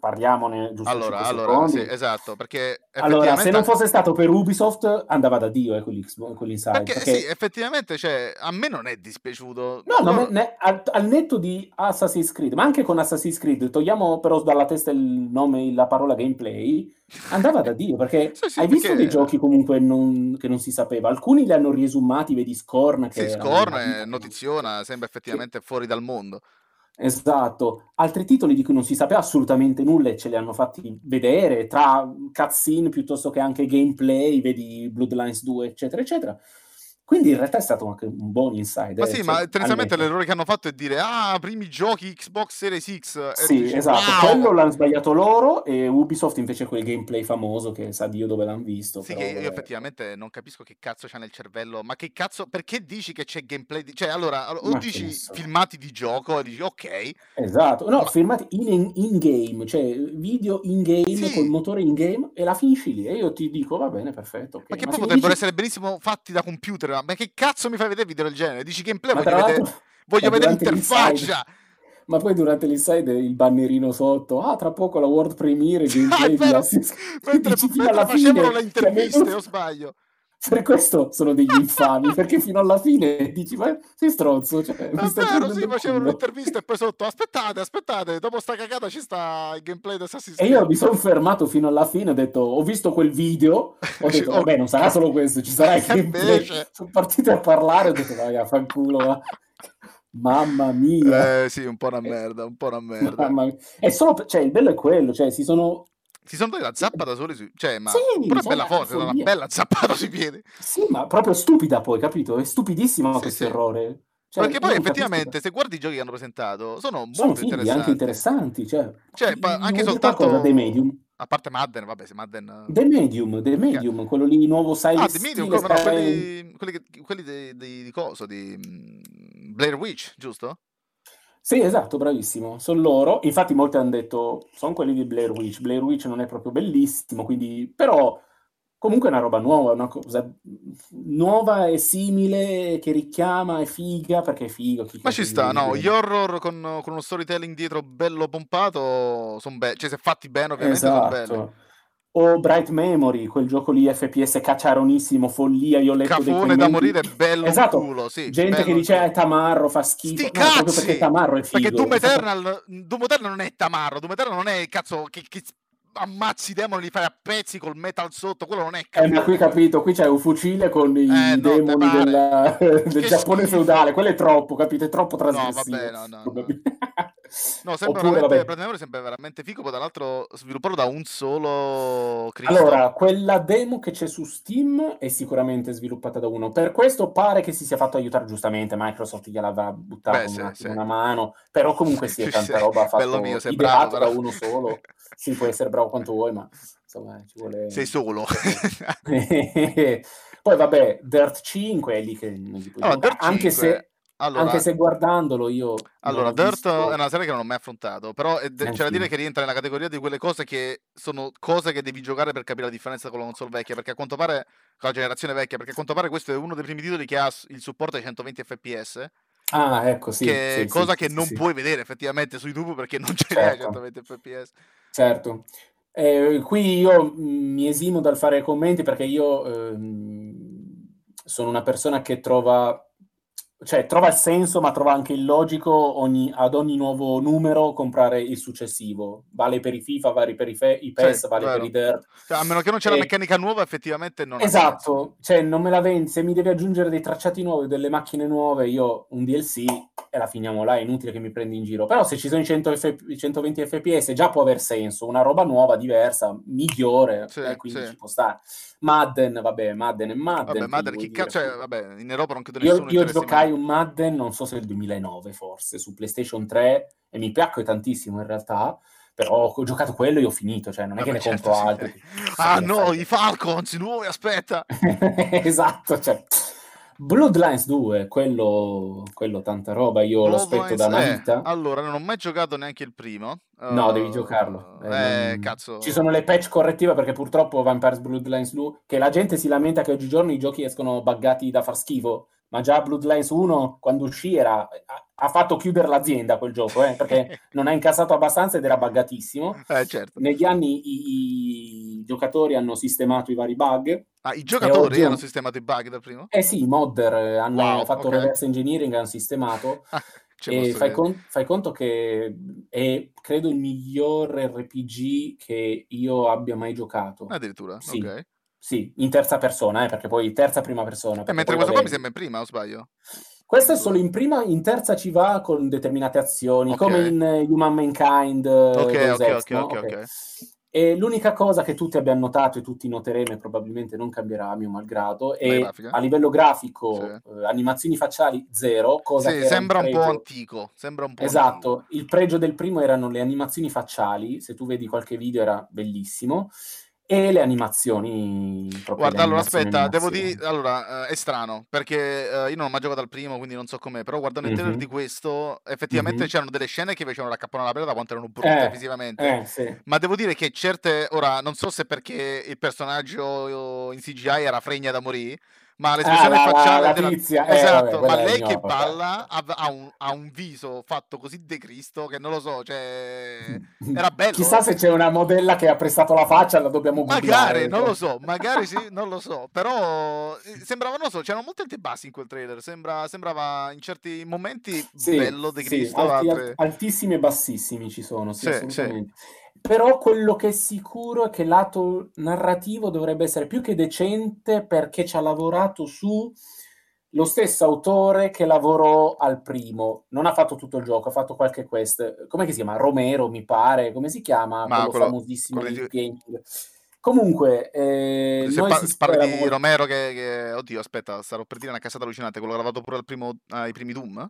parliamone giusto 5 Allora, sì, secondi. esatto, perché Allora, se effettivamente... non fosse stato per Ubisoft, andava da Dio quell'Inside, Perché sì, perché effettivamente, cioè, a me non è dispiaciuto. no, Loro... al netto di Assassin's Creed, ma anche con Assassin's Creed, togliamo però dalla testa il nome, la parola gameplay, andava da Dio, perché Sì, sì, hai visto dei perché... giochi comunque che non si sapeva, alcuni li hanno riesumati, vedi Scorn, Sì, che erano una Scorn vita che non... notiziona, sembra Sì, effettivamente fuori dal mondo. esatto. Altri titoli di cui non si sapeva assolutamente nulla e ce li hanno fatti vedere, tra cutscene piuttosto che anche gameplay, vedi Bloodlines 2, eccetera, eccetera. Quindi in realtà è stato anche un buon Ma inside, sì, cioè, ma al tendenzialmente netto. l'errore che hanno fatto è dire, ah, primi giochi Xbox Series X, e tu Sì, dici, esatto, quello wow! l'hanno sbagliato loro e Ubisoft invece quel gameplay famoso che sa Dio dove l'hanno visto, Sì, che però io vabbè. effettivamente non capisco che cazzo c'ha nel cervello, ma che cazzo, perché dici che c'è gameplay di... Cioè, allora, o Ma che ne dici so. filmati di gioco, e dici, ok, Esatto, no, ma firmati in game, cioè video in game col sì, motore in game e la finisci lì e io ti dico va bene, perfetto, ok. ma che Ma poi se mi potrebbero dici, essere benissimo fatti da computer, ma che cazzo mi fai vedere video del genere? Dici gameplay, ma tra l'altro, voglio ma vedere durante l'inside, l'interfaccia! ma poi durante l'inside il bannerino sotto, ah, tra poco la world premiere Ah, è gameplay di vero! Assassin's Creed, dici fino Mentre alla facevano le fine, cioè, interviste, o sbaglio? per questo sono degli infami, perché fino alla fine dici, ma sei stronzo, cioè, È mi stai vero, sì, prendendo il facevano culo. l'intervista e poi sotto, aspettate, dopo sta cagata ci sta il gameplay di Assassin's E io Creed. mi sono fermato fino alla fine, ho detto, ho visto quel video, ho detto, vabbè, non sarà Ok, solo questo, ci sarà il gameplay. invece... Sono partito a parlare, ho detto, vai a fanculo, va. Mamma mia. Sì, un po' una merda, un po' una merda. Mamma mia. È solo, cioè, il bello è quello, cioè, si sono... Si sono dati la zappa da soli cioè, ma Sì, pure cioè, bella ma forza, una follia. bella zappata sui piedi. Sì, ma proprio stupida poi, capito? È stupidissimo Sì, questo sì. errore. Cioè, Perché io poi non capisco. effettivamente, se guardi i giochi che hanno presentato, sono Sono molto fighi, anche interessanti. interessanti, cioè, Cioè, mi anche vuoi dire qualcosa? The soltanto... Medium? A parte Madden, vabbè, se Madden... The Medium, quello lì nuovo Ah, The Medium, stile come no? Skyrim. Quelli di coso, di Blair Witch, giusto? Sì, esatto, bravissimo, sono loro. Infatti molti hanno detto, sono quelli di Blair Witch. Blair Witch non è proprio bellissimo, quindi... Però comunque è una roba nuova, una cosa nuova e simile, che richiama, è figa, perché è figo, chi Ma cazzo ci gli sta, vuoi no, gli dire? horror con uno storytelling dietro bello pompato sono belli, cioè se fatti bene ovviamente sono belli. Esatto. O Bright Memory, quel gioco lì FPS cacciaronissimo, follia, io ho letto dei Cafone da commenti. morire, bello un Esatto, culo, sì, gente che bello un dice culo. Tamarro fa schifo. Sti No, proprio perché cazzi! Tamarro è Perché figo. È stato... Doom Eternal non è tamarro, Doom Eternal non è cazzo che ammazzi i demoni, li fai a pezzi col metal sotto, quello non è Ma qui cafone. capito, qui c'è un fucile con i No, te demoni pare. del Che Giappone feudale, schifo. quello è troppo, capito? È troppo No, vabbè, trasgressivo. no. No, sembra Oppure, veramente, vabbè, praticamente sembra veramente figo, poi tra l'altro sviluppato da un solo Cristo. allora, quella demo che c'è su Steam è sicuramente sviluppata da uno. Per questo pare che si sia fatto aiutare giustamente. Microsoft gliel'aveva Beh, buttato un sì, attimo sì. una mano, però comunque sì, è tanta roba Bello mio, fatto, sei bravo, ideato però. da uno solo. Sì, puoi essere bravo quanto vuoi, ma insomma ci Sei vuole... solo. Poi vabbè, Dirt 5 è lì che non gli puoi dire Allora, nulla. Dirt 5. Anche Allora, se guardandolo io non allora, ho Dirt è visto una serie che non ho mai affrontato, però c'è da dire neanch'io. che rientra nella categoria di quelle cose che sono cose che devi giocare per capire la differenza con la console vecchia, perché a quanto pare, con la generazione vecchia, perché a quanto pare questo è uno dei primi titoli che ha il supporto ai 120 fps, Ah, ecco, sì, che è sì, sì, cosa sì, che sì, non sì. puoi vedere effettivamente su YouTube perché non ce li hai a Certo. 120 fps. Certo. Qui io mi esimo dal fare commenti perché io sono una persona che trova il senso, ma trova anche il logico ad ogni nuovo numero comprare il successivo. Vale per i FIFA, vale per i Sì, PES, vale per i vero. Dirt. Cioè, a meno che non c'è la E meccanica nuova, effettivamente non ha senso. esatto, cioè non me la vendi, se mi devi aggiungere dei tracciati nuovi, delle macchine nuove, io un DLC e la finiamo là, è inutile che mi prendi in giro. Però se ci sono i 120 fps già può aver senso, una roba nuova, diversa, migliore, Sì, quindi sì. ci può stare. Madden, vabbè, Madden è Vabbè, Madden, che gli Madden, vuoi chi dire? cazzo... Cioè, vabbè, in Europa non credo Io, nessuno io interessi mai. giocai un Madden, non so se il 2009 forse, su PlayStation 3, e mi piacque tantissimo in realtà, però ho giocato quello e ho finito, cioè non è che Vabbè, ne certo, compro sì. altri, che cazzo Ah devo no, fare? i Falcons, i nuovi, aspetta. Esatto, cioè, Bloodlines 2, quello tanta roba, io lo aspetto da Bloodlines, una vita. allora, non ho mai giocato neanche il primo. No, devi giocarlo. Ci Cazzo. sono le patch correttive perché purtroppo Vampire's Bloodlines 2, che la gente si lamenta che oggigiorno i giochi escono buggati da far schifo, ma già Bloodlines 1 quando uscì ha fatto chiudere l'azienda quel gioco, perché non ha incassato abbastanza ed era buggatissimo. Certo. Negli anni i giocatori hanno sistemato i vari bug. I E giocatori oggi hanno sistemato i bug dal primo? sì, i modder hanno Wow, fatto ok. reverse engineering, hanno sistemato, Ci e posso credere. fai conto che è, credo, il miglior RPG che io abbia mai giocato. Addirittura, Sì, ok. sì, in terza persona, perché poi terza prima persona, perché Mentre poi questo qua vabbè. mi sembra in prima, o sbaglio? Questo Il è solo 2. in prima, in terza ci va con determinate azioni, Ok. come in Human Mankind, Ok, Deus ok, Ex, ok, no? ok, Ok. ok. E l'unica cosa che tutti abbiamo notato e tutti noteremo e probabilmente non cambierà a mio malgrado La è grafica? a livello Sì. grafico, animazioni facciali zero, cosa Sì, che era un sembra un po' pregio. antico. Sembra un po' antico. Esatto, il pregio del primo erano le animazioni facciali, se tu vedi qualche video era bellissimo, e le animazioni, proprio le Guarda, allora animazioni aspetta, devo dire, animazioni. allora, è strano, perché io non ho mai giocato al primo, quindi non so com'è, però guardando il trailer di Mhm, questo, effettivamente mhm. c'erano delle scene che facevano raccappare la pelle da quanto erano brutte fisicamente, Sì. ma devo dire che certe, ora, non so se perché il personaggio in CGI era fregna da morire, ma Ah, l'espressione facciale la della... tizia, vabbè, Esatto, ma quella è lei che ignobile. balla ha un viso fatto così de Cristo che non lo so, cioè... Era bello, Chissà se c'è una modella che ha prestato la faccia, la dobbiamo magari, googlare. non lo so, magari sì, non lo so, però sembrava, non lo so, c'erano molti antibassi in quel trailer, sembrava in certi momenti Sì, bello De sì, Cristo, altre... altissimi e bassissimi ci sono, sì, Sì, sì. assolutamente. Però quello che è sicuro è che lato narrativo dovrebbe essere più che decente, perché ci ha lavorato su lo stesso autore che lavorò al primo. Non ha fatto tutto il gioco, ha fatto qualche quest. Come si chiama? Romero, mi pare. Come si chiama? Ma Quello famosissimo quello nel di... gaming. Comunque, Se noi si parli spera di molto. Romero Oddio, aspetta, starò per dire una cazzata allucinante, quello che ha lavorato pure ai primi Doom?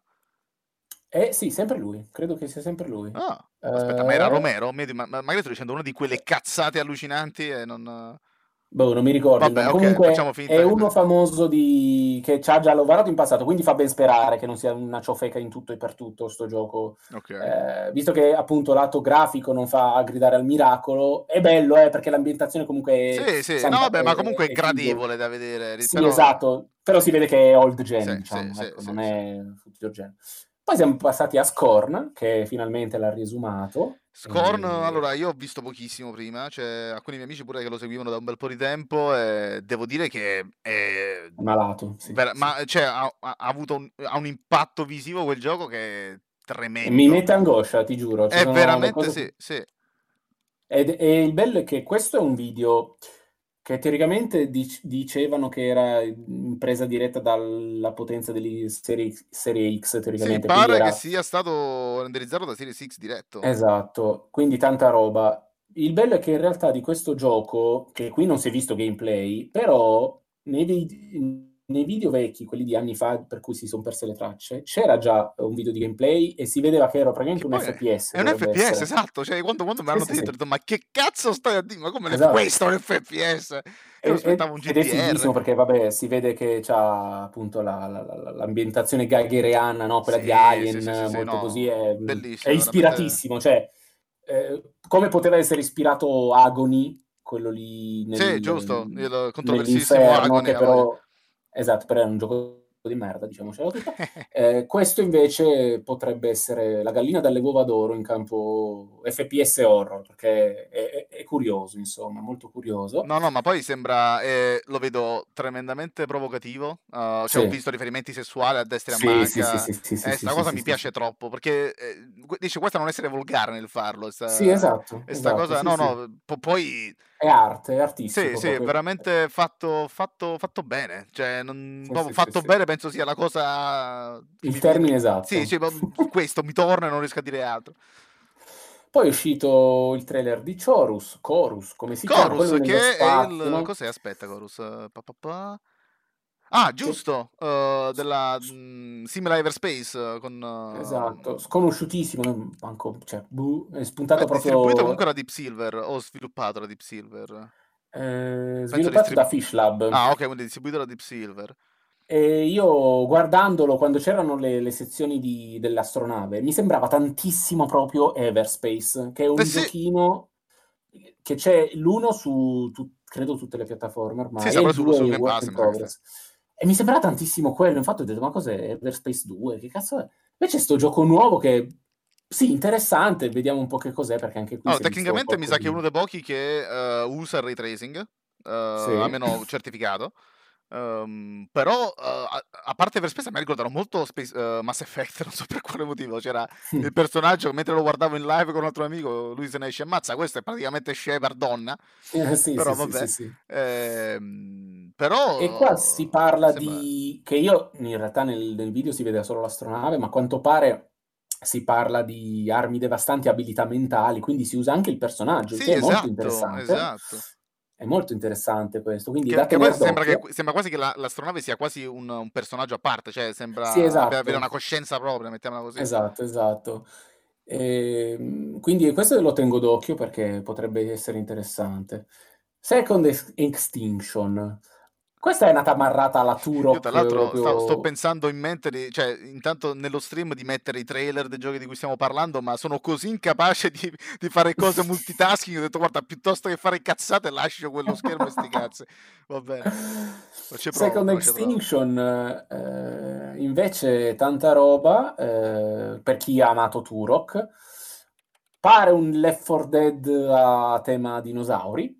Sì, sempre lui, credo che sia sempre lui. Ah, aspetta, ma era Romero? Magari sto dicendo una di quelle cazzate allucinanti e non... Boh, non mi ricordo il Vabbè, nome. ok, facciamo Comunque è finta che... uno famoso che ci ha già lavorato in passato, quindi fa ben sperare che non sia una ciofeca in tutto e per tutto sto gioco. Ok. Visto che appunto lato grafico non fa gridare al miracolo, è bello, perché l'ambientazione comunque Sì, sì, no, Santa, vabbè, ma comunque è è figo. gradevole da vedere, Sì, però... esatto, però si vede che è old Sì, gen, sì, diciamo, sì, ecco, sì, non sì. è future gen. Poi siamo passati a Scorn, che finalmente l'ha riesumato. Scorn, allora io ho visto pochissimo prima, c'è alcuni miei amici pure che lo seguivano da un bel po' di tempo e devo dire che è È malato, sì, sì. ma cioè, ha avuto ha un impatto visivo quel gioco che è E mi tremendo. mette angoscia, ti giuro, ci È sono le veramente cose. sì, sì. E il bello è che questo è un video che teoricamente dicevano che era in presa diretta dalla potenza delle serie X, Sì, teoricamente, quindi pare che era. sia stato renderizzato da Series X diretto. Esatto, quindi tanta roba. Il bello è che in realtà di questo gioco, che qui non si è visto gameplay, però nei video vecchi, quelli di anni fa, per cui si sono perse le tracce, c'era già un video di gameplay e si vedeva che era Che praticamente un poi FPS, è un dovrebbe FPS, essere. esatto. Cioè, quando me Sì, l'hanno sì, detto, ho sì. detto, ma che cazzo stai a dire? Ma come Esatto. questo è un FPS? Io mi aspettavo un Ed è GDR. fighissimo perché, vabbè, si vede che c'ha appunto l'ambientazione geigerana, no? Quella di Sì, sì, Alien, sì, sì, sì, molto così, no, è bellissimo, veramente. ispiratissimo. Cioè, come poteva essere ispirato Agony, quello lì Sì, giusto, il controversissimo nell'inferno, Agony, che a voglia. però, esatto, però era un gioco di merda, diciamocela tutta. Questo invece potrebbe essere la gallina dalle uova d'oro in campo FPS horror, perché è curioso, insomma, molto curioso. No, no, ma poi sembra, lo vedo tremendamente provocativo. Cioè, ho Sì, visto riferimenti sessuali a destra e a sì, sì, sì, manca. sì, sì, sì, sì, Sta sì, cosa sì, mi sì, piace sì. troppo perché dice questa non essere volgare nel farlo. Sì, esatto, E sta esatto, cosa, sì, no, sì. no, poi È arte, è sì, artistico sì, è proprio. veramente fatto bene. Cioè, Sì, proprio sì, sì, fatto sì. bene, penso sia la cosa che Il mi viene. termine Sì, esatto. sì, questo mi torna e non riesco a dire altro. Poi è uscito il trailer di Chorus, come si chiama? Quello Chorus, nello che è spazio, il... no? Cos'è? Aspetta, Chorus. Ah, Che- giusto, della Simula Everspace con... Esatto, sconosciutissimo, manco, cioè, è spuntato distribuito comunque proprio, da Deep Silver, o sviluppato da Deep Silver. Penso sviluppato da Fish Lab. Ah, ok, quindi distribuito da Deep Silver. E io guardandolo, quando c'erano le sezioni dell'astronave, mi sembrava tantissimo proprio Everspace, che è Eh un sì, giochino che c'è l'uno su, credo, tutte le piattaforme sì, ormai, sta e pure il due su è Game work Pass, in mi sa che sta. progress. E mi sembrava tantissimo quello, infatti ho detto, ma cos'è Everspace 2? Che cazzo è? Invece sto gioco nuovo che, sì, interessante, vediamo un po' che cos'è, perché anche qui Allora, si è visto tecnicamente mi sa che è uno qualcosina. dei pochi che usa il ray tracing, Sì. almeno certificato. Però, a parte Everspace, a me ricordano molto Mass Effect, non so per quale motivo. C'era il personaggio che mentre lo guardavo in live con un altro amico, lui se ne esce, ammazza, questo è praticamente Shepard donna. Sì, Però sì, sì, sì, vabbè. sì. E qua si Però parla sembra... di... che io, in realtà nel video si vede solo l'astronave, ma a quanto pare si parla di armi devastanti, abilità mentali, quindi si usa anche il personaggio, il Sì, che è molto esatto, interessante. esatto. È molto interessante questo, quindi da Che poi tenere sembra, d'occhio. sembra quasi che l'astronave sia quasi un personaggio a parte, cioè Sì, sembra avere una esatto, coscienza propria, mettiamola così. esatto, esatto. Quindi questo lo tengo d'occhio perché potrebbe essere interessante. Second Extinction. Questa è nata amarrata alla Io tra Turok l'altro sto proprio... pensando in mente, cioè intanto nello stream di mettere i trailer dei giochi di cui stiamo parlando, ma sono così incapace di fare cose multitasking, ho detto guarda, piuttosto che fare cazzate lascio quello schermo e sti cazzi. Va bene, ma ci provo, Second però ci provo. Extinction, invece, tanta roba per chi ha amato Turok. Pare un Left 4 Dead a tema dinosauri.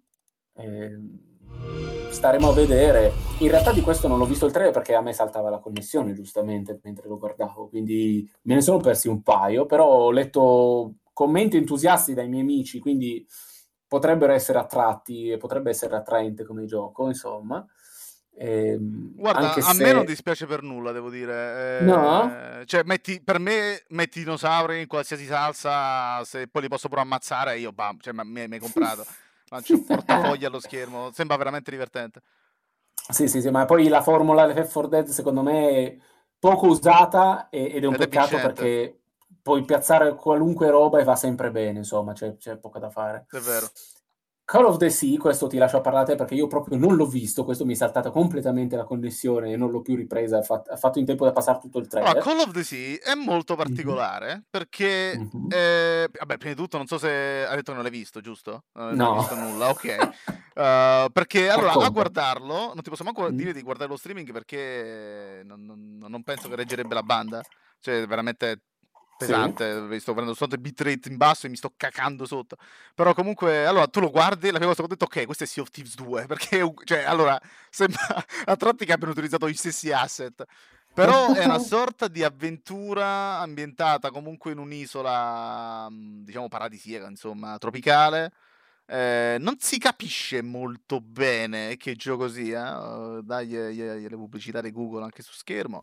Staremo a vedere. In realtà di questo non l'ho visto il trailer perché a me saltava la connessione, giustamente, mentre lo guardavo, quindi me ne sono persi un paio, però ho letto commenti entusiasti dai miei amici, quindi potrebbero essere attratti e potrebbe essere attraente come gioco, insomma. Guarda, Anche a me non se... dispiace per nulla, devo No? dire. Cioè, per me, metti i dinosauri in qualsiasi salsa, se poi li posso pure ammazzare, io, bam, cioè, mi hai comprato. Lancio un portafogli allo schermo, sembra veramente divertente. Sì, sì, sì, ma poi la formula Left 4 Dead secondo me è poco usata ed è un Ed è peccato vincente, perché puoi piazzare qualunque roba e va sempre bene, insomma, c'è poco da fare. è vero. Call of the Sea, questo ti lascio parlare a te perché io proprio non l'ho visto, questo mi è saltata completamente la connessione e non l'ho più ripresa, ha fatto in tempo da passare tutto il Allora, trailer. Call of the Sea è molto Mhm, particolare perché, mhm. vabbè, prima di tutto, non so se hai detto che non l'hai visto, giusto? Non hai No, visto nulla, ok. Perché allora a racconta. guardarlo, non ti posso manco Mm. dire di guardare lo streaming perché non penso che reggerebbe la banda. Cioè, veramente Sì. pesante. Sto prendendo soltanto il bitrate in basso e mi sto cacando sotto. Però comunque, allora tu lo guardi, la prima cosa che ho detto, ok, questo è Sea of Thieves 2. Perché, cioè, allora, sembra a tratti che abbiano utilizzato gli stessi asset. Però è una sorta di avventura ambientata comunque in un'isola, diciamo paradisiaca, insomma, tropicale. Non si capisce molto bene che gioco sia. Dai le pubblicità di Google anche su schermo.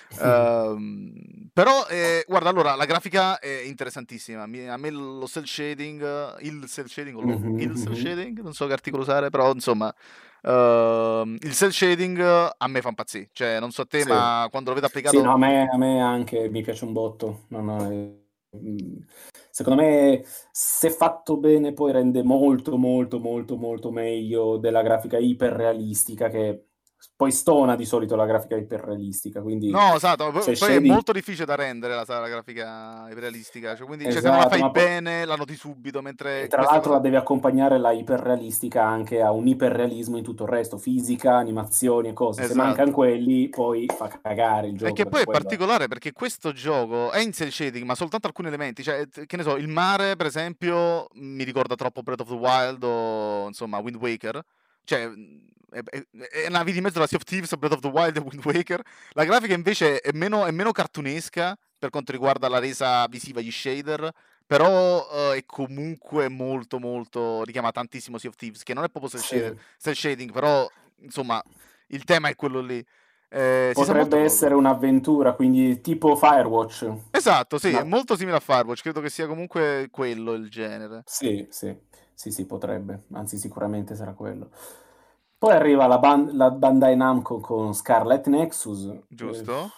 Però, guarda, allora, la grafica è interessantissima. A me lo cel shading, il cel shading o Mhm, il cel mhm. shading, non so che articolo usare, però insomma, il cel shading a me fa impazzire. Cioè, non so a te, Sì. ma quando lo vedo Sì, no, applicato... a me anche mi piace un botto. No, no, secondo me, se fatto bene, poi rende molto, molto, molto, molto meglio della grafica iperrealistica, che poi stona di solito la grafica iperrealistica. Quindi, No, esatto, se poi è scegli... molto difficile da rendere la grafica realistica. Cioè, quindi, cioè, se non la Esatto, fai ma poi... bene, la noti subito, E mentre tra queste l'altro la cose... devi accompagnare la iperrealistica anche a un iperrealismo in tutto il resto, fisica, animazioni e cose. Se mancano Esatto. quelli, poi fa cagare il E gioco, che poi perché è quello è. particolare perché questo gioco è in cel shading, ma soltanto alcuni elementi. Cioè, che ne so, il mare, per esempio, mi ricorda troppo Breath of the Wild o insomma Wind Waker. Cioè, è una via di mezzo tra Sea of Thieves, Breath of the Wild e Wind Waker. La grafica invece è meno cartunesca per quanto riguarda la resa visiva, gli shader. Però è comunque molto molto richiama tantissimo Sea of Thieves, che non è proprio Sì. cel shading, però insomma il tema è quello lì. Si sa molto Potrebbe poco. essere un'avventura, quindi tipo Firewatch. Esatto, sì, è Una- molto simile a Firewatch, credo che sia comunque quello il genere, Sì, sì, sì, sì, potrebbe, anzi sicuramente sarà quello. Poi arriva la Bandai Namco con Scarlet Nexus. giusto?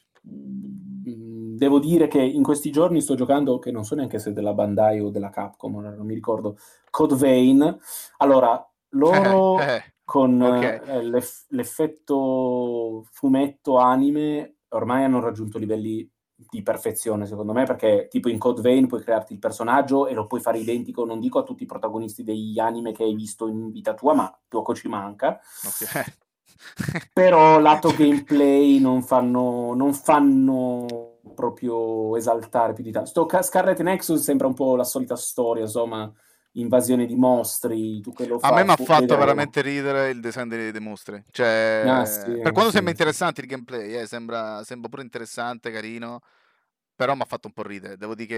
Devo dire che in questi giorni sto giocando, che non so neanche se è della Bandai o della Capcom, ora non mi ricordo, Code Vein. Allora, loro con Ok. l'effetto fumetto anime ormai hanno raggiunto livelli di perfezione, secondo me, perché tipo in Code Vein puoi crearti il personaggio e lo puoi fare identico, non dico a tutti i protagonisti degli anime che hai visto in vita tua, ma poco ci manca. Ok. Però lato gameplay non fanno proprio esaltare più di tanto. Scarlet Nexus sembra un po' la solita storia, insomma, invasione di mostri, tu che lo A me fai, mi ha fatto vedremo. veramente ridere il design dei mostri. Ah, Cioè, sì, per quanto sembra sì, sì. interessante il gameplay, sembra pure interessante, carino, però mi ha fatto un po' ridere. Devo dire che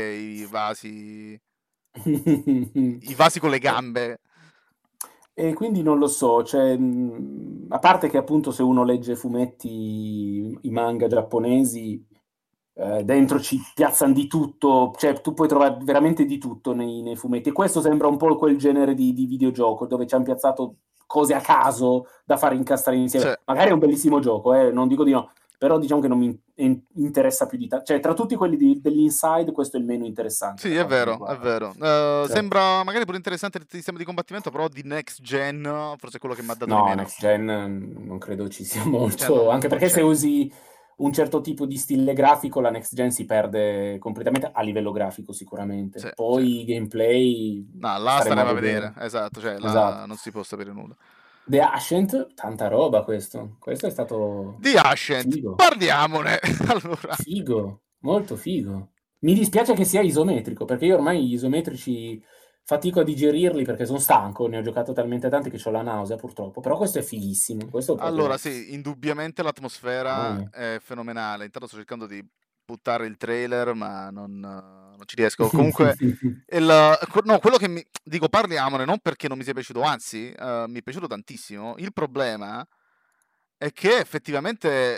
i vasi con le gambe. E quindi non lo so, cioè, a parte che appunto se uno legge fumetti, i manga giapponesi, dentro ci piazzano di tutto, cioè tu puoi trovare veramente di tutto nei fumetti. E questo sembra un po' quel genere di videogioco dove ci hanno piazzato cose a caso da fare incastrare insieme. Cioè, Magari è un bellissimo gioco, non dico di no, però diciamo che non mi interessa più di tanto. Cioè, tra tutti quelli dell'Inside, questo è il meno interessante sì, per è quanto mi vero, è riguarda. vero. Cioè, Sembra magari pure interessante il sistema di combattimento, però di next gen, forse è quello che mi ha dato di no, meno. Next Gen non credo ci sia Cioè, molto, anche non perché se c'è. usi un certo tipo di stile grafico, la Next Gen si perde completamente a livello grafico sicuramente. Sì, sì. Poi gameplay No, là staremo a staremo a vedere, vedere. esatto, cioè là Esatto. non si può sapere nulla. The Ascent, tanta roba questo. Questo è stato Di Ascent, figo. parliamone. Allora, Figo, molto figo. Mi dispiace che sia isometrico, perché io ormai gli isometrici fatico a digerirli perché sono stanco, ne ho giocato talmente tanti che ho la nausea purtroppo, però questo è fighissimo, questo allora proprio... sì, indubbiamente Mamma l'atmosfera mia. è fenomenale. Intanto sto cercando di buttare il trailer, ma non ci riesco. Comunque, no, quello che mi dico, parliamone, non perché non mi sia piaciuto, anzi, mi è piaciuto tantissimo. Il problema è che effettivamente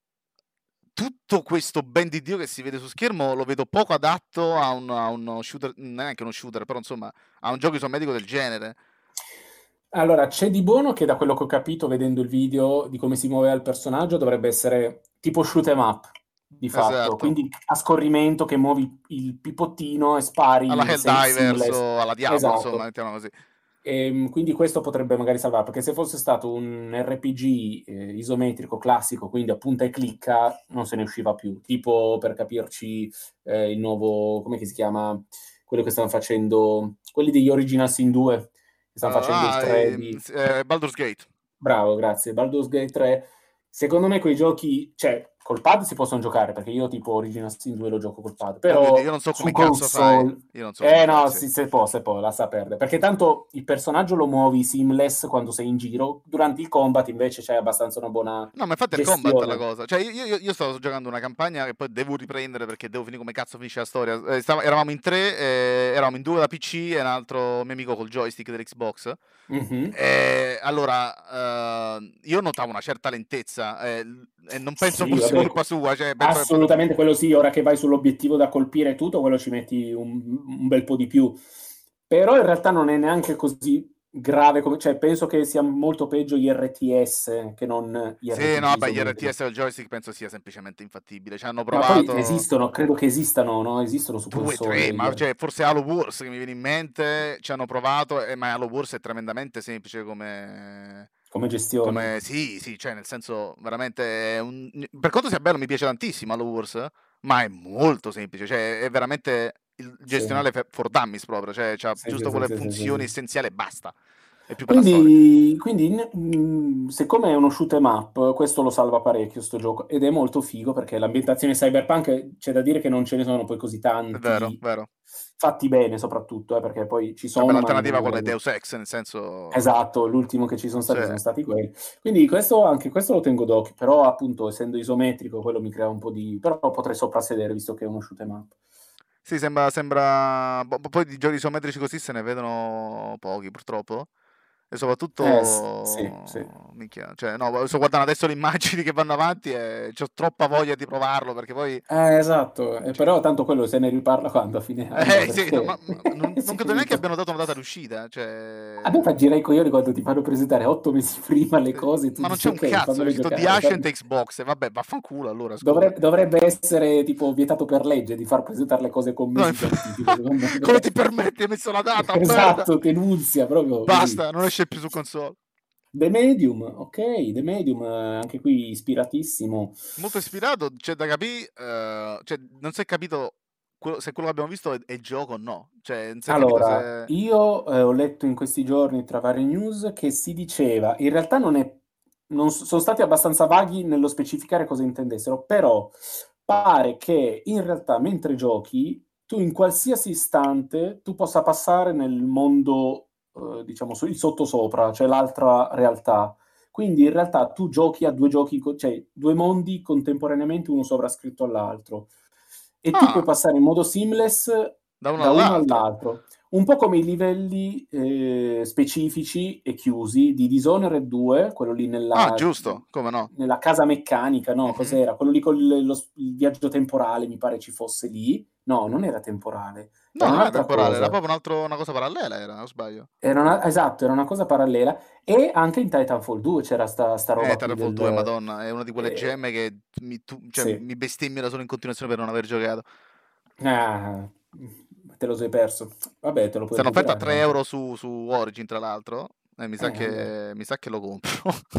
tutto questo ben di Dio che si vede su schermo lo vedo poco adatto a uno shooter, neanche uno shooter, però insomma, a un gioco isomedico del genere. Allora, c'è di buono che da quello che ho capito vedendo il video di come si muoveva il personaggio dovrebbe essere tipo shoot 'em up, di fatto. Esatto. Quindi a scorrimento che muovi il pipottino e Alla spari, sei Helldivers seamless. o alla Diablo, insomma, Esatto. mettiamola così. Quindi questo potrebbe magari salvare, perché se fosse stato un RPG isometrico classico, quindi a punta e clicca, non se ne usciva più. Tipo, per capirci, il nuovo, come si chiama? Quello che stanno facendo, quelli degli Original Sin 2, che stanno facendo il 3 di... Baldur's Gate. Bravo, grazie. Baldur's Gate 3. Secondo me quei giochi, cioè, col pad si possono giocare, perché io tipo Original Sin 2 lo gioco col pad, Vedi, io però non so su come cazzo fai. console... Io non so come fai, No, sì. sì, se può, lascia perdere. Perché tanto il personaggio lo muovi seamless quando sei in giro, durante il combat invece c'è abbastanza una buona No, ma infatti è il combat la gestione. cosa. Cioè, io stavo giocando una campagna che poi devo riprendere perché devo finire come cazzo finisce la storia. Eravamo in tre, eravamo in due da PC e un altro mio amico col joystick dell'Xbox. Mhm. Io notavo una certa lentezza e non penso Sì, fosse vabbè, colpa sua. Cioè, penso che assolutamente quello sì, ora che vai sull'obiettivo da colpire tutto, quello ci metti un bel po' di più. Però in realtà non è neanche così grave, cioè penso che sia molto peggio gli RTS che non gli sì, no, RPG vabbè, gli isometrici. RTS del joystick penso sia semplicemente infattibile. Ci hanno Ma poi provato esistono, credo che esistano, no? Esistono su 2, console 3, gli ma cioè, forse Halo Wars che mi viene in mente, ci hanno provato, ma Halo Wars è tremendamente semplice come gestione. sì, sì, cioè nel senso veramente per quanto sia bello mi piace tantissimo Halo Wars, ma è molto semplice, cioè è veramente il Sì, gestionale for dummies proprio, cioè c'ha sì, sì, giusto sì, quelle sì, sì, sì, funzioni sì. essenziali e basta. È più per la storia. Quindi, siccome è uno shoot 'em up, questo lo salva parecchio sto gioco ed è molto figo perché l'ambientazione cyberpunk c'è da dire che non ce ne sono poi così È vero, tanti vero. fatti bene soprattutto, perché poi ci C'è bella sono, ma non alternativa hanno con la... le Deus Ex, nel senso Esatto, l'ultimo che ci sì. sono stati quelli. Quindi questo, anche questo lo tengo d'occhio, però appunto essendo isometrico quello mi crea un po' di... però potrei soprassedere visto che è uno shoot 'em up. Sì, sembra poi di giochi isometrici così se ne vedono pochi purtroppo. E Sì, sì. soprattutto, minchia, cioè, no, sto guardando adesso le immagini che vanno avanti e ho troppa voglia di provarlo perché poi, Esatto, però tanto quello se ne riparla quando a fine anno, sì, no, perché ma non si è credo neanche finito. abbiano dato una data d'uscita, A me cioè, fa girare i coglioni quando ti fanno presentare 8 mesi prima le cose e tu ma non dici c'è un ok, cazzo, c'è fammele scritto The giocare. Ascent Xbox e vabbè, vaffanculo allora, scusa. Dovrebbe essere tipo vietato per legge di far presentare le cose con No, mesi di anticipo, secondo me. come ti permetti? Hai messo la data, merda! Esatto, denunzia proprio così. Basta, non esce più su console. The Medium, ok, The Medium, anche qui ispiratissimo. Molto ispirato, c'è da capire, cioè, non si è capito se quello che abbiamo visto è gioco o no. Cioè, non si è capito Allora, se... io ho letto in questi giorni tra varie news che si diceva, in realtà non è sono stati abbastanza vaghi nello specificare cosa intendessero, però pare che in realtà mentre giochi tu in qualsiasi istante tu possa passare nel mondo, diciamo, il sottosopra, cioè l'altra realtà. Quindi in realtà tu giochi a cioè due mondi contemporaneamente, uno sovrascritto all'altro. E tu puoi Ah, passare in modo seamless da uno da uno all'altro. all'altro. Un po' come i livelli specifici e chiusi di Dishonored 2, quello lì Ah, giusto, come no? nella casa meccanica, no? Mhm. Cos'era? Quello lì con il viaggio temporale, mi pare ci fosse lì. No, non era temporale, No, era non era un'altra temporale, era cosa. proprio una cosa parallela, era, non sbaglio. Esatto, era una cosa parallela. E anche in Titanfall 2 c'era sta roba qui Titanfall 2, del... Madonna, è una di quelle eh, gemme che cioè, sì. mi bestemmia solo in continuazione per non aver giocato. Ah, te lo sei perso. Vabbè, te lo puoi Stanno offerta a recuperare 3 tanto. euro su Origin, tra l'altro. E Allora. mi sa che lo compro.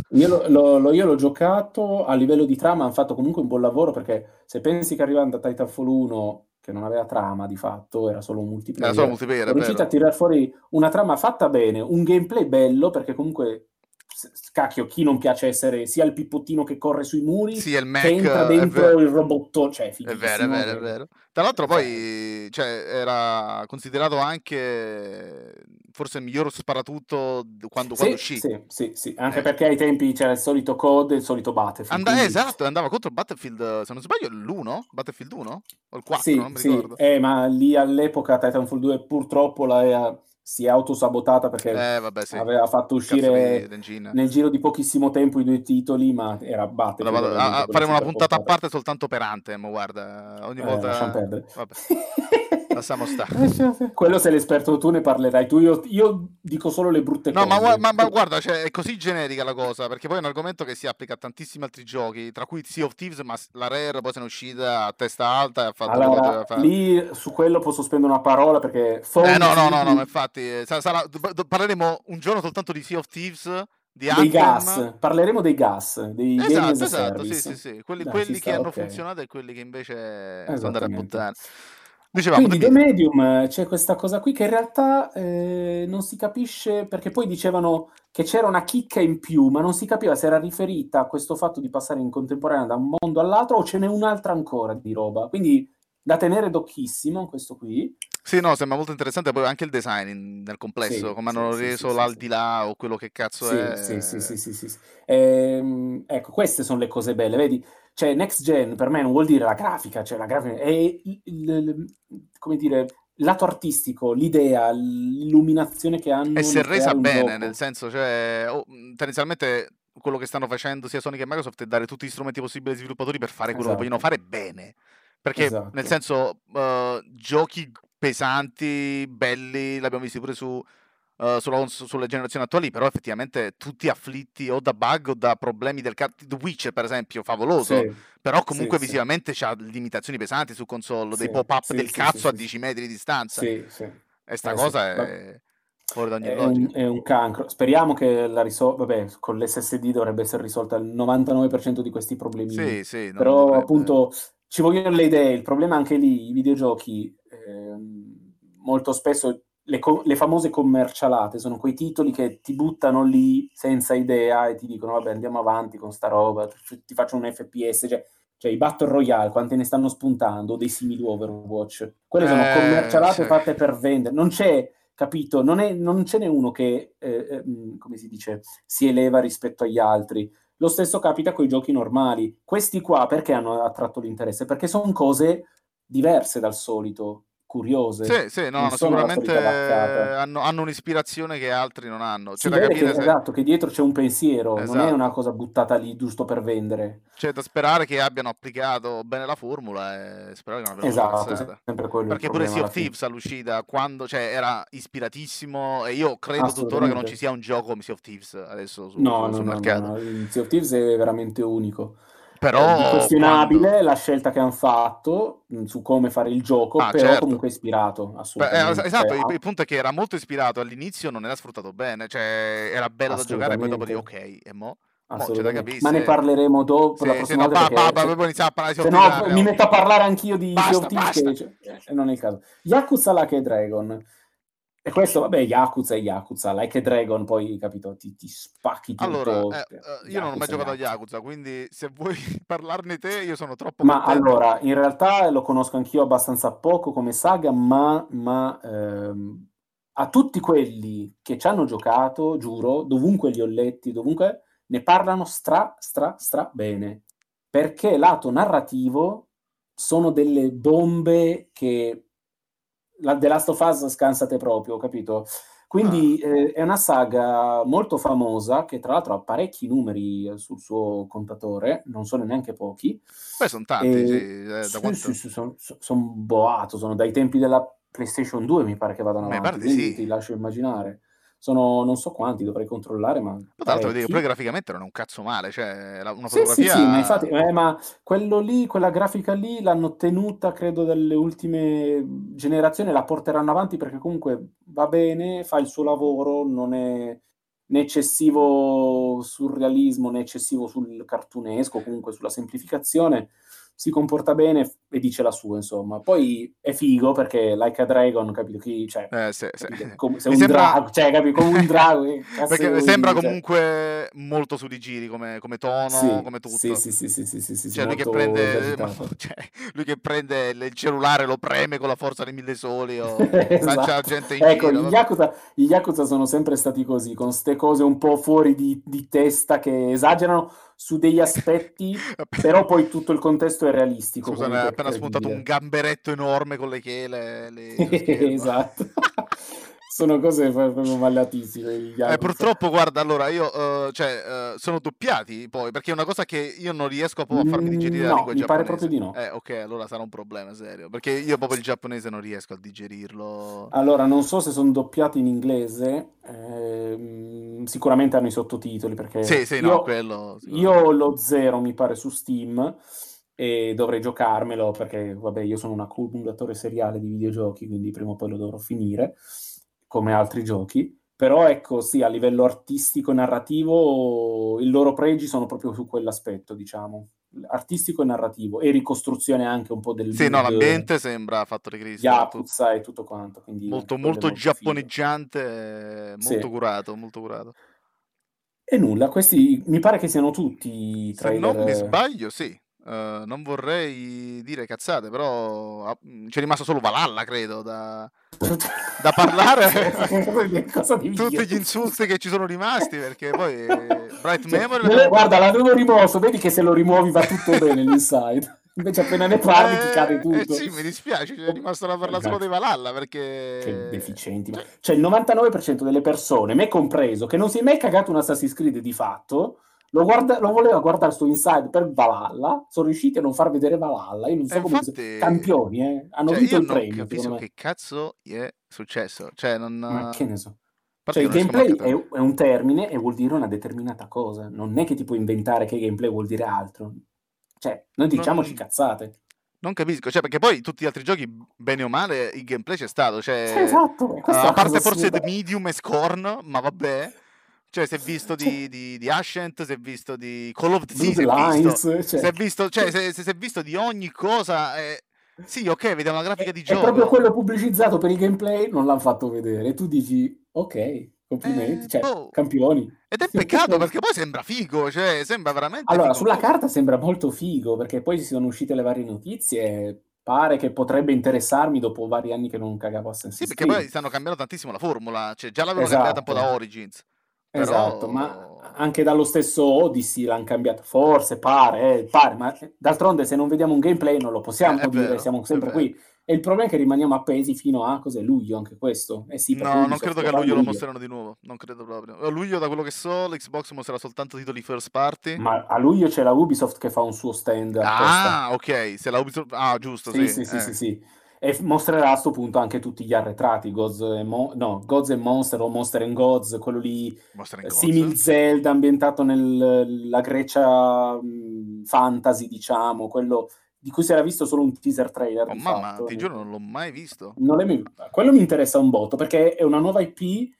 Io l'ho giocato a livello di trama, hanno fatto comunque un buon lavoro perché se pensi che arrivando da Titanfall 1, che non aveva trama di fatto, era solo un Era solo multiplayer, multiplayer, è è riuscito a vero. tirare fuori una trama fatta bene, un gameplay bello perché comunque, cacchio, chi non piace essere sia il pippottino che corre sui muri Sì, è il che Mac, entra è vero. dentro il robotto, cioè È vero, è fighissimo. vero, è vero. Tra l'altro Cioè, poi, cioè, era considerato anche forse il miglior sparatutto quando sì, uscì. sì, sì, sì, anche Eh, perché ai tempi c'era il solito code e il solito Battlefield, quindi esatto, andava contro Battlefield, se non sbaglio, l'1? Battlefield 1? O il 4, non sì, mi sì, ricordo. ma lì all'epoca Titanfall 2 purtroppo si è autosabotata perché Vabbè, sì. aveva fatto Cazzo di uscire d'engine. nel giro di pochissimo tempo i due titoli, ma era Allora, Battlefield ovviamente quella faremo una super puntata a pompata. parte soltanto per Anthem, guarda, ogni Lasciamo volta... perdere. Vabbè, lasciamo sta. Quello sei l'esperto tu, ne parlerai tu, io dico solo le brutte No, cose. ma guarda, cioè, è così generica la cosa, perché poi è un argomento che si applica a tantissimi altri giochi, tra cui Sea of Thieves, ma la Rare poi se ne è uscita a testa alta e ha fatto quello che doveva Allora, fare. lì su quello posso spendere una parola perché No, ma fonti infatti, parleremo un giorno soltanto di Sea of Thieves, di dei Anthem. gas, parleremo dei gas, dei game as a Esatto, sì, sì, service. sì, Dai, ci quelli che sta, hanno ok. funzionato e quelli che invece sono andati a Esattamente. puttane. Dicevamo, Quindi The dimmi. Medium, c'è questa cosa qui che in realtà non si capisce perché poi dicevano che c'era una chicca in più, ma non si capiva se era riferita a questo fatto di passare in contemporanea da un mondo all'altro o ce n'è un'altra ancora di roba. Quindi da tenere d'occhissimo questo qui. Sì, no, sembra molto interessante poi anche il design nel complesso, Sì, come sì, hanno sì, sì, reso sì, sì. l'aldilà o quello che cazzo Sì, sì, sì, è. sì, sì, sì, sì. Ecco, queste sono le cose belle, vedi? Cioè, next gen per me non vuol dire la grafica, cioè la grafica è come dire, lato artistico, l'idea, l'illuminazione che E hanno si è nel resa creare un bene, nel gioco. senso, cioè, tendenzialmente quello che stanno facendo sia Sony che Microsoft è dare tutti gli strumenti possibili ai sviluppatori per fare quello che vogliono Esatto, fare bene. Perché, nel esatto. senso, giochi pesanti, belli, l'abbiamo visto pure sulle generazioni attuali, però effettivamente tutti afflitti o da bug o da problemi del cazzo. The Witcher, per esempio, favoloso, Sì, però sì, comunque sì, visivamente c'ha limitazioni pesanti su console, dei sì, pop-up sì, del sì, sì, cazzo a sì, sì, 10 metri di distanza. sì, sì. E sta Sì. cosa è fuori da ogni È logica. è un cancro. Speriamo che vabbè, con l'SSD dovrebbe essere risolta il 99% di questi problemini. Sì, sì, non Però dovrebbe. appunto ci vogliono le idee. Il problema anche lì, i videogiochi, molto spesso le famose commercialate sono quei titoli che ti buttano lì senza idea e ti dicono vabbè andiamo avanti con sta roba, ti faccio un FPS, cioè i Battle Royale, quante ne stanno spuntando, dei simili Overwatch. Quelle sono commercialate Cioè, fatte per vendere. Non c'è, capito? Non ce n'è uno che, come si dice, si eleva rispetto agli altri. Lo stesso capita con i giochi normali. Questi qua perché hanno attratto l'interesse? Perché sono cose diverse dal solito, curiose. sì, sì, no, Non no, sono la sicuramente solita vaccata. hanno un'ispirazione che altri non hanno. C'è Si da vede che, capire se. esatto, che dietro c'è un pensiero, non è una Esatto. cosa buttata lì giusto per vendere. C'è da sperare che abbiano applicato bene la formula e sperare che non abbiano fatto Esatto, è cazzata. sempre quello il Perché pure problema Sea alla of fine. Thieves all'uscita, quando, cioè, era ispiratissimo e io credo tuttora che non ci Assolutamente. sia un gioco come Sea of Thieves adesso No, no, sul no, no, mercato. no. Il Sea of Thieves è veramente unico. Di Però quando. questionabile la scelta che hanno fatto su come fare il gioco, Ah, però certo. comunque ispirato, assolutamente. Cioè, Esatto, il punto è che era molto ispirato all'inizio, non era sfruttato bene, cioè era bello da giocare e poi dopo di assolutamente, ok, e mo c'è da assolutamente. capire Ma ne se. parleremo dopo la Se prossima no, volta perché poi iniziamo a parlare di se Sea of Thieves, no mi apriamo. metto a parlare anch'io di Sea of Basta, Thieves basta! che non è il caso. Yakuza Like a Dragon. E questo, vabbè, Yakuza è Yakuza, Like a Dragon, poi, capito, ti spacchi Allora, tutto. io non ho mai Yakuza è giocato a Yakuza. Yakuza, quindi se vuoi parlarne te, io sono troppo Ma contento. allora, in realtà lo conosco anch'io abbastanza poco come saga, ma a tutti quelli che ci hanno giocato, giuro, dovunque li ho letti, dovunque, ne parlano stra bene. Perché lato narrativo sono delle bombe che la The Last of Us scansate proprio, capito? Ah, Quindi è una saga molto famosa che tra l'altro ha parecchi numeri sul suo contatore, non sono neanche pochi. beh, sono tanti, sì, E da sì, sì, quanto? sì, sono boato, sono dai tempi della PlayStation 2 mi pare che vadano Mi pare avanti, di quindi sì. ti lascio immaginare. Sono non so quanti, dovrei controllare, ma Poi tra l'altro vedi che poi parecchi. graficamente non è un cazzo male, cioè una Sì, sì, sì, ma infatti, fotografia. ma quello lì, quella grafica lì l'hanno tenuta, credo, dalle ultime generazioni, la porteranno avanti perché comunque va bene, fa il suo lavoro, non è né eccessivo sul realismo né eccessivo sul cartunesco, comunque sulla semplificazione, si comporta bene e dice la sua, insomma. Poi è figo perché Like a Dragon, capito? Chi, cioè, Sì, sì. capito? Se Mi un sembra. drago, cioè, capito? Come un drago, che cazzo Perché vuoi sembra dire? Cioè, comunque molto su di giri come tono, sì, come sì, tutto. sì, sì, sì, sì, sì, sì, sì, Cioè, lui che molto prende, esagitato. cioè, lui che prende il cellulare, lo preme con la forza dei mille soli o lancia la Esatto. gente in Ecco, giro. Vabbè. Gli Yakuza sono sempre stati così, con ste cose un po' fuori di testa che esagerano su degli aspetti, però poi tutto il contesto è realistico, Scusa, mi è comunque è appena spuntato un credibile. gamberetto enorme con le chele lì su schermo. Esatto. Sono cose proprio mallatissime, gli Yakuza. Purtroppo, guarda, allora io, cioè, sono doppiati poi, perché è una cosa che io non riesco a farmi digerire la No, lingua mi pare proprio giapponese. di no. Ok, allora sarà un problema serio, perché io proprio il giapponese non riesco a digerirlo. Allora, non so se sono doppiati in inglese, sicuramente hanno i sottotitoli Sì, perché sì, no, io, quello io sicuramente. ho lo zero, mi pare, su Steam e dovrei giocarmelo perché, vabbè, io sono un accumulatore seriale di videogiochi, quindi prima o poi lo dovrò finire, come altri giochi. Però ecco, sì, a livello artistico e narrativo, i loro pregi sono proprio su quell'aspetto, diciamo, artistico e narrativo, e ricostruzione anche un po' del Sì, no, mood l'ambiente sembra fatto di Cristo, Yakuza e tutto quanto, quindi molto, anche quello è molto molto figo. giapponeggiante, molto Sì. curato, molto curato. E nulla, questi mi pare che siano tutti i Se non mi trailer. sbaglio, sì. Non vorrei dire cazzate, però c'è rimasto solo Valhalla, credo, da parlare. Cosa devi Tutti dire? gli insulti che ci sono rimasti, perché poi Bright Cioè, Memory l'abbiamo guarda, parlato. l'avevo rimosso, vedi che se lo rimuovi va tutto bene l'inside. Invece appena ne parli ti cade tutto. Sì, mi dispiace, c'è rimasto da parlare solo Ma di Valhalla, che perché. deficienti. Cioè, Cioè, il 99% delle persone, me compreso, che non si è mai cagato un Assassin's Creed di fatto, lo voleva guardare su Inside per Valhalla, sono riusciti a non far vedere Valhalla. Io non e so come. infatti. Campioni, hanno Cioè, vinto io il non premio, secondo capisco me. che cazzo è successo. Cioè, non. Ma che A ne so. parte Cioè, che il non riesco manco gameplay a. è un termine e vuol dire una determinata cosa. Non è che ti puoi inventare che gameplay vuol dire altro. Cioè, noi diciamoci Non. cazzate. Non capisco, cioè, perché poi tutti gli altri giochi, bene o male, il gameplay c'è stato. Sì, Cioè, esatto, e questa è a la cosa parte forse assurda. The Medium e Scorn, ma vabbè. Cioè, si è visto Cioè, di Ascent, si è visto di Call of. Sì, si è visto. Bloodlines, Si cioè, è visto, cioè, si è visto di ogni cosa. Sì, ok, vediamo la grafica di è proprio gioco. quello pubblicizzato per il gameplay, non l'hanno fatto vedere. E tu dici, ok, complimenti, cioè, Boh. campioni. Ed è un peccato perché poi sembra figo, cioè, sembra veramente Allora, figo. sulla carta sembra molto figo, perché poi si sono uscite le varie notizie e pare che potrebbe interessarmi dopo vari anni che non cagavo Sì, Assassin's perché poi Creed. stanno cambiando tantissimo la formula, cioè già l'avevano cambiata un po' da Esatto, Origins, esatto, ma però. anche dallo stesso Odyssey l'hanno cambiato, forse, pare, ma d'altronde se non vediamo un gameplay non lo È possiamo dire, vero, siamo è sempre vero. qui. E il problema è che rimaniamo appesi fino a, cos'è, luglio, anche questo? Eh sì, perché No, non Ubisoft credo lo che a fa a luglio lo luglio. mostreranno di nuovo, non credo proprio. A luglio, da quello che so, l'Xbox mostrerà soltanto titoli first party. Ma a luglio c'è la Ubisoft che fa un suo stand apposta. Ah, ok, se la Ubisoft. Ah, giusto, sì. Sì, sì, sì, sì, sì. E mostrerà a sto punto anche tutti gli arretrati, no, Gods and Monster o Monster and Gods, quello lì Mostra in Gods. simil Zelda ambientato nella Grecia fantasy, diciamo, quello di cui si era visto solo un teaser trailer Oh di mamma, fatto. ti giuro, non l'ho mai visto. Quello mi interessa un botto perché è una nuova IP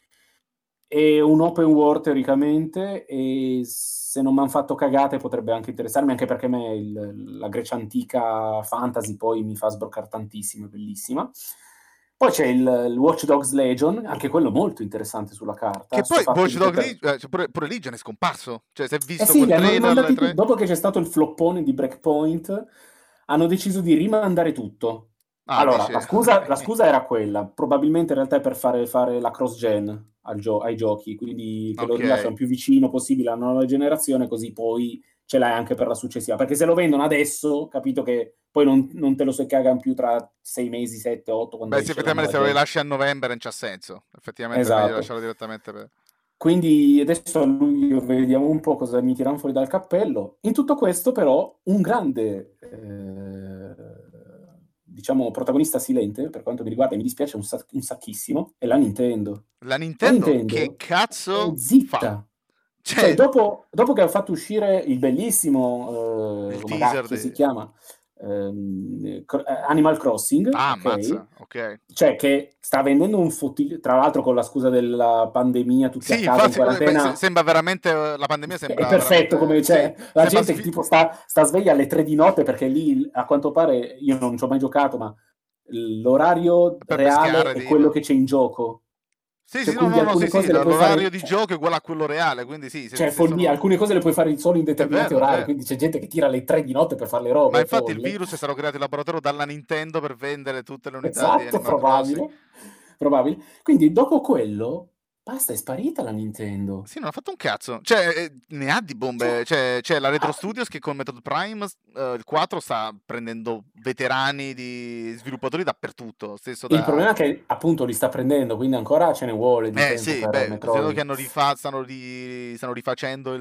e un open world teoricamente e se non mi hanno fatto cagate potrebbe anche interessarmi anche perché a me la Grecia antica fantasy poi mi fa sbroccare tantissimo, è bellissima. Poi c'è il Watch Dogs Legion, anche quello molto interessante sulla carta. Che sto poi fatto Watch di Dogs poter... pure Legion è scomparso. Cioè, si è Eh visto sì, quel li hanno trailer alle rimandati tutti. 3. Dopo che c'è stato il floppone di Breakpoint, hanno deciso di rimandare tutto. Ah, Allora, dici? la scusa era quella, probabilmente in realtà è per fare la cross-gen ai giochi, quindi che lo Ok. rilasciano più vicino possibile alla nuova generazione, così poi ce l'hai anche per la successiva. Perché se lo vendono adesso, capito che poi non te lo so cagano più tra 6 mesi, 7, 8, quando Beh, sì, esce la effettivamente nuova se lo gen. rilasci a novembre non c'ha senso. Effettivamente è meglio Esatto. lasciarlo direttamente per... Quindi adesso a luglio vediamo un po' cosa mi tirano fuori dal cappello. In tutto questo, però, un grande, diciamo, protagonista silente, per quanto mi riguarda, e mi dispiace un sacchissimo, è la Nintendo. La La Nintendo che Nintendo è cazzo fa? zitta. Cioè, Cioè, dopo che ha fatto uscire il bellissimo, il come teaser cacchio si di... chiama, Animal Crossing, Ah, ok? ammazza, ok. Cioè, che sta vendendo un fottile, tra l'altro con la scusa della pandemia, tutti a Sì, casa in infatti, quarantena, sembra veramente... La pandemia è sembra perfetto, come veramente... Sì, c'è la sembra... gente che tipo sta sveglia alle 3 di notte perché lì, a quanto pare, io non ci ho mai giocato, ma l'orario per reale pescare, è quello tipo. che c'è in gioco. Sì, Cioè, sì, no, quindi no, no, alcune sì, sì, cose le puoi l'orario fare, di gioco è uguale a quello reale, quindi sì, cioè, se follia, sono... alcune cose le puoi fare solo in È determinati vero, è orari, vero. quindi c'è gente che tira alle 3 di notte per fare le Ma robe, è infatti il folle. virus è stato creato in laboratorio dalla Nintendo per vendere tutte le unità di Esatto, Animal Crossing. probabile. Probabile. Quindi dopo quello, basta, è sparita la Nintendo. Sì, non ha fatto un cazzo. Cioè, ne ha di Cioè, bombe. C'è la Retro ah, Studios che con Method Prime, il 4, sta prendendo veterani di sviluppatori dappertutto. Stesso il da... problema è che appunto li sta prendendo, quindi ancora ce ne vuole di tempo Sì, per beh, considerato che Metroid. hanno stanno rifacendo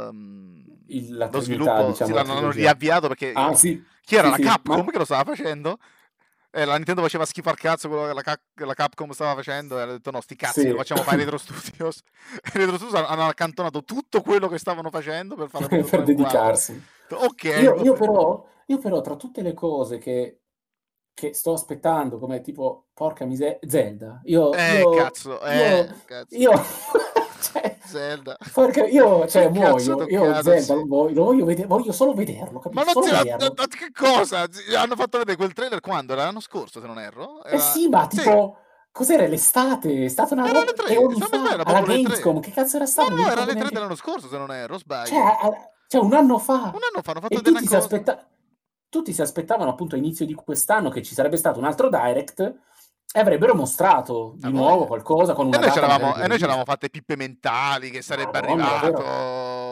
La lo Trinità, sviluppo. Sì, diciamo, la l'hanno trilogia. riavviato perché... Ah, sì, Chi era? sì, La sì, Capcom ma che lo stava facendo? La Nintendo faceva schifo al cazzo quello che la Capcom stava facendo e hanno detto no, sti cazzi, lo sì, facciamo fare ai Retro Studios. E i Retro Studios hanno accantonato tutto quello che stavano facendo per fare Metroid per Prime 4. dedicarsi. Ok, Io, va io bene. però, io però tra tutte le cose che sto aspettando, come tipo, porca miseria, Zelda, Cazzo, cazzo. io, cioè, Zelda. io, Che cioè, cazzo hai muoio, io toccato, Zelda sì. voglio solo vederlo, Ma capito? non Solo si... vederlo. Che cosa? Hanno fatto vedere quel trailer quando? Era l'anno scorso, se non erro? Eh Era... sì, ma Sì, tipo, cos'era l'estate? È stata una era alle roba, 3, eoni stiamo fa, era alla proprio le 3. Gamescom, che cazzo era No, stato? Non mi no, era ricordo alle 3 neanche. dell'anno scorso, se non erro, Cioè, sbaglio. un anno Un fa. anno fa hanno fatto E vedere una cosa. tutti si aspettavano appunto a inizio di quest'anno che ci sarebbe stato un altro Direct e avrebbero mostrato A di nuovo voglia. qualcosa con una data magari più E noi c'eravamo precisa. fatte pippe mentali che sarebbe Madonna, arrivato davvero.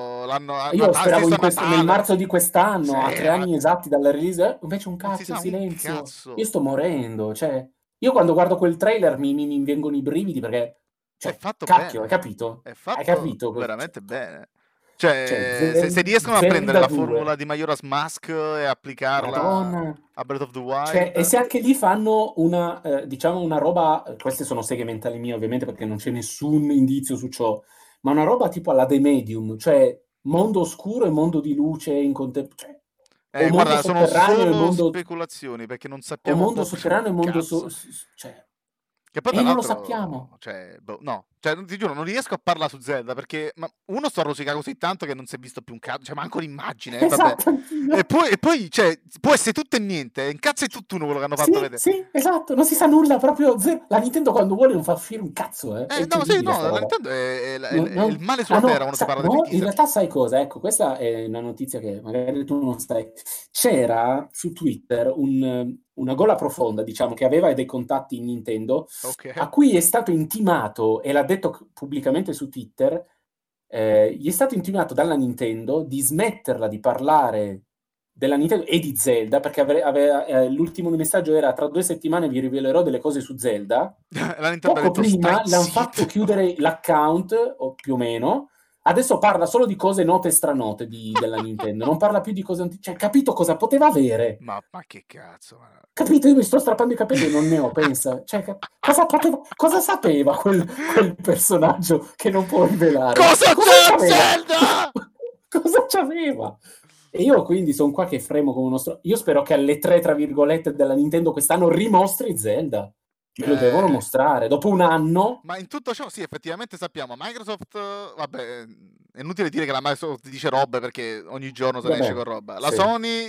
a Io speravo stesso nel Natale. marzo di quest'anno, a Sì, 3 anni esatti dalla release, invece un non si cacchio, sa un silenzio. Io cazzo. sto morendo, cioè, io quando guardo quel trailer mi vengono i brividi perché, È cioè, fatto cacchio, hai bene. capito? È Hai fatto capito? veramente bene. Cioè, Cioè, se riescono a prendere Zelda la 2, formula di Majora's Mask e applicarla Madonna. a Breath of the Cioè, e Wild. se anche lì fanno una, diciamo, una roba, queste sono seghe mentali mie ovviamente perché non c'è nessun indizio su ciò, ma una roba tipo alla The Medium, cioè mondo oscuro e mondo di luce cioè, o mondo Guarda, sono sotterraneo e solo mondo, speculazioni perché non o sappiamo mondo proprio un sotterraneo e mondo cazzo. cioè, Che poi, tra e non lo l'altro, sappiamo. cioè, boh, no, cioè, ti giuro, non riesco a parlare su Zelda perché uno sto a rosicare così tanto che non si è visto più un cazzo, cioè, manco l'immagine, vabbè. Esatto, anch'io. E poi, cioè, può essere tutto e niente, è un cazzo è tutt'uno quello che hanno fatto Sì, vedere. sì, esatto, non si sa nulla, proprio zero. La Nintendo quando vuole non fa uscire un cazzo, è No, sì, incredibile sta no, la roba. Nintendo è il male Ah sulla terra no, quando si parla di in franchigie. realtà sai cosa? Ecco, questa è una notizia che magari tu non sai. C'era su Twitter una gola profonda, diciamo, che aveva dei contatti in Nintendo, Ok. a cui è stato intimato, e l'ha detto pubblicamente su Twitter, gli è stato intimato dalla Nintendo di smetterla di parlare della Nintendo e di Zelda, perché l'ultimo messaggio era: tra 2 settimane vi rivelerò delle cose su Zelda. La Nintendo ha Poco detto stai prima l'hanno fatto zitto. chiudere l'account, o più o meno. Adesso parla solo di cose note e stranote della Nintendo, non parla più di cose cioè, capito cosa poteva avere? Ma che cazzo? Capito? Io mi sto strappando i capelli e non ne ho, pensa. Cioè, cosa sapeva quel personaggio che non può rivelare? Cosa Cosa c'è c'aveva? Zelda? Cosa c'aveva? E io quindi sono qua che fremo come uno Io spero che alle 3, tra virgolette, della Nintendo quest'anno rimostri Zelda. Me lo devono Eh, mostrare. Dopo un anno... ma in tutto ciò, sì, effettivamente sappiamo. Microsoft, vabbè, è inutile dire che la Microsoft dice robe perché ogni giorno se ne esce con Vabbè, roba. La sì. Sony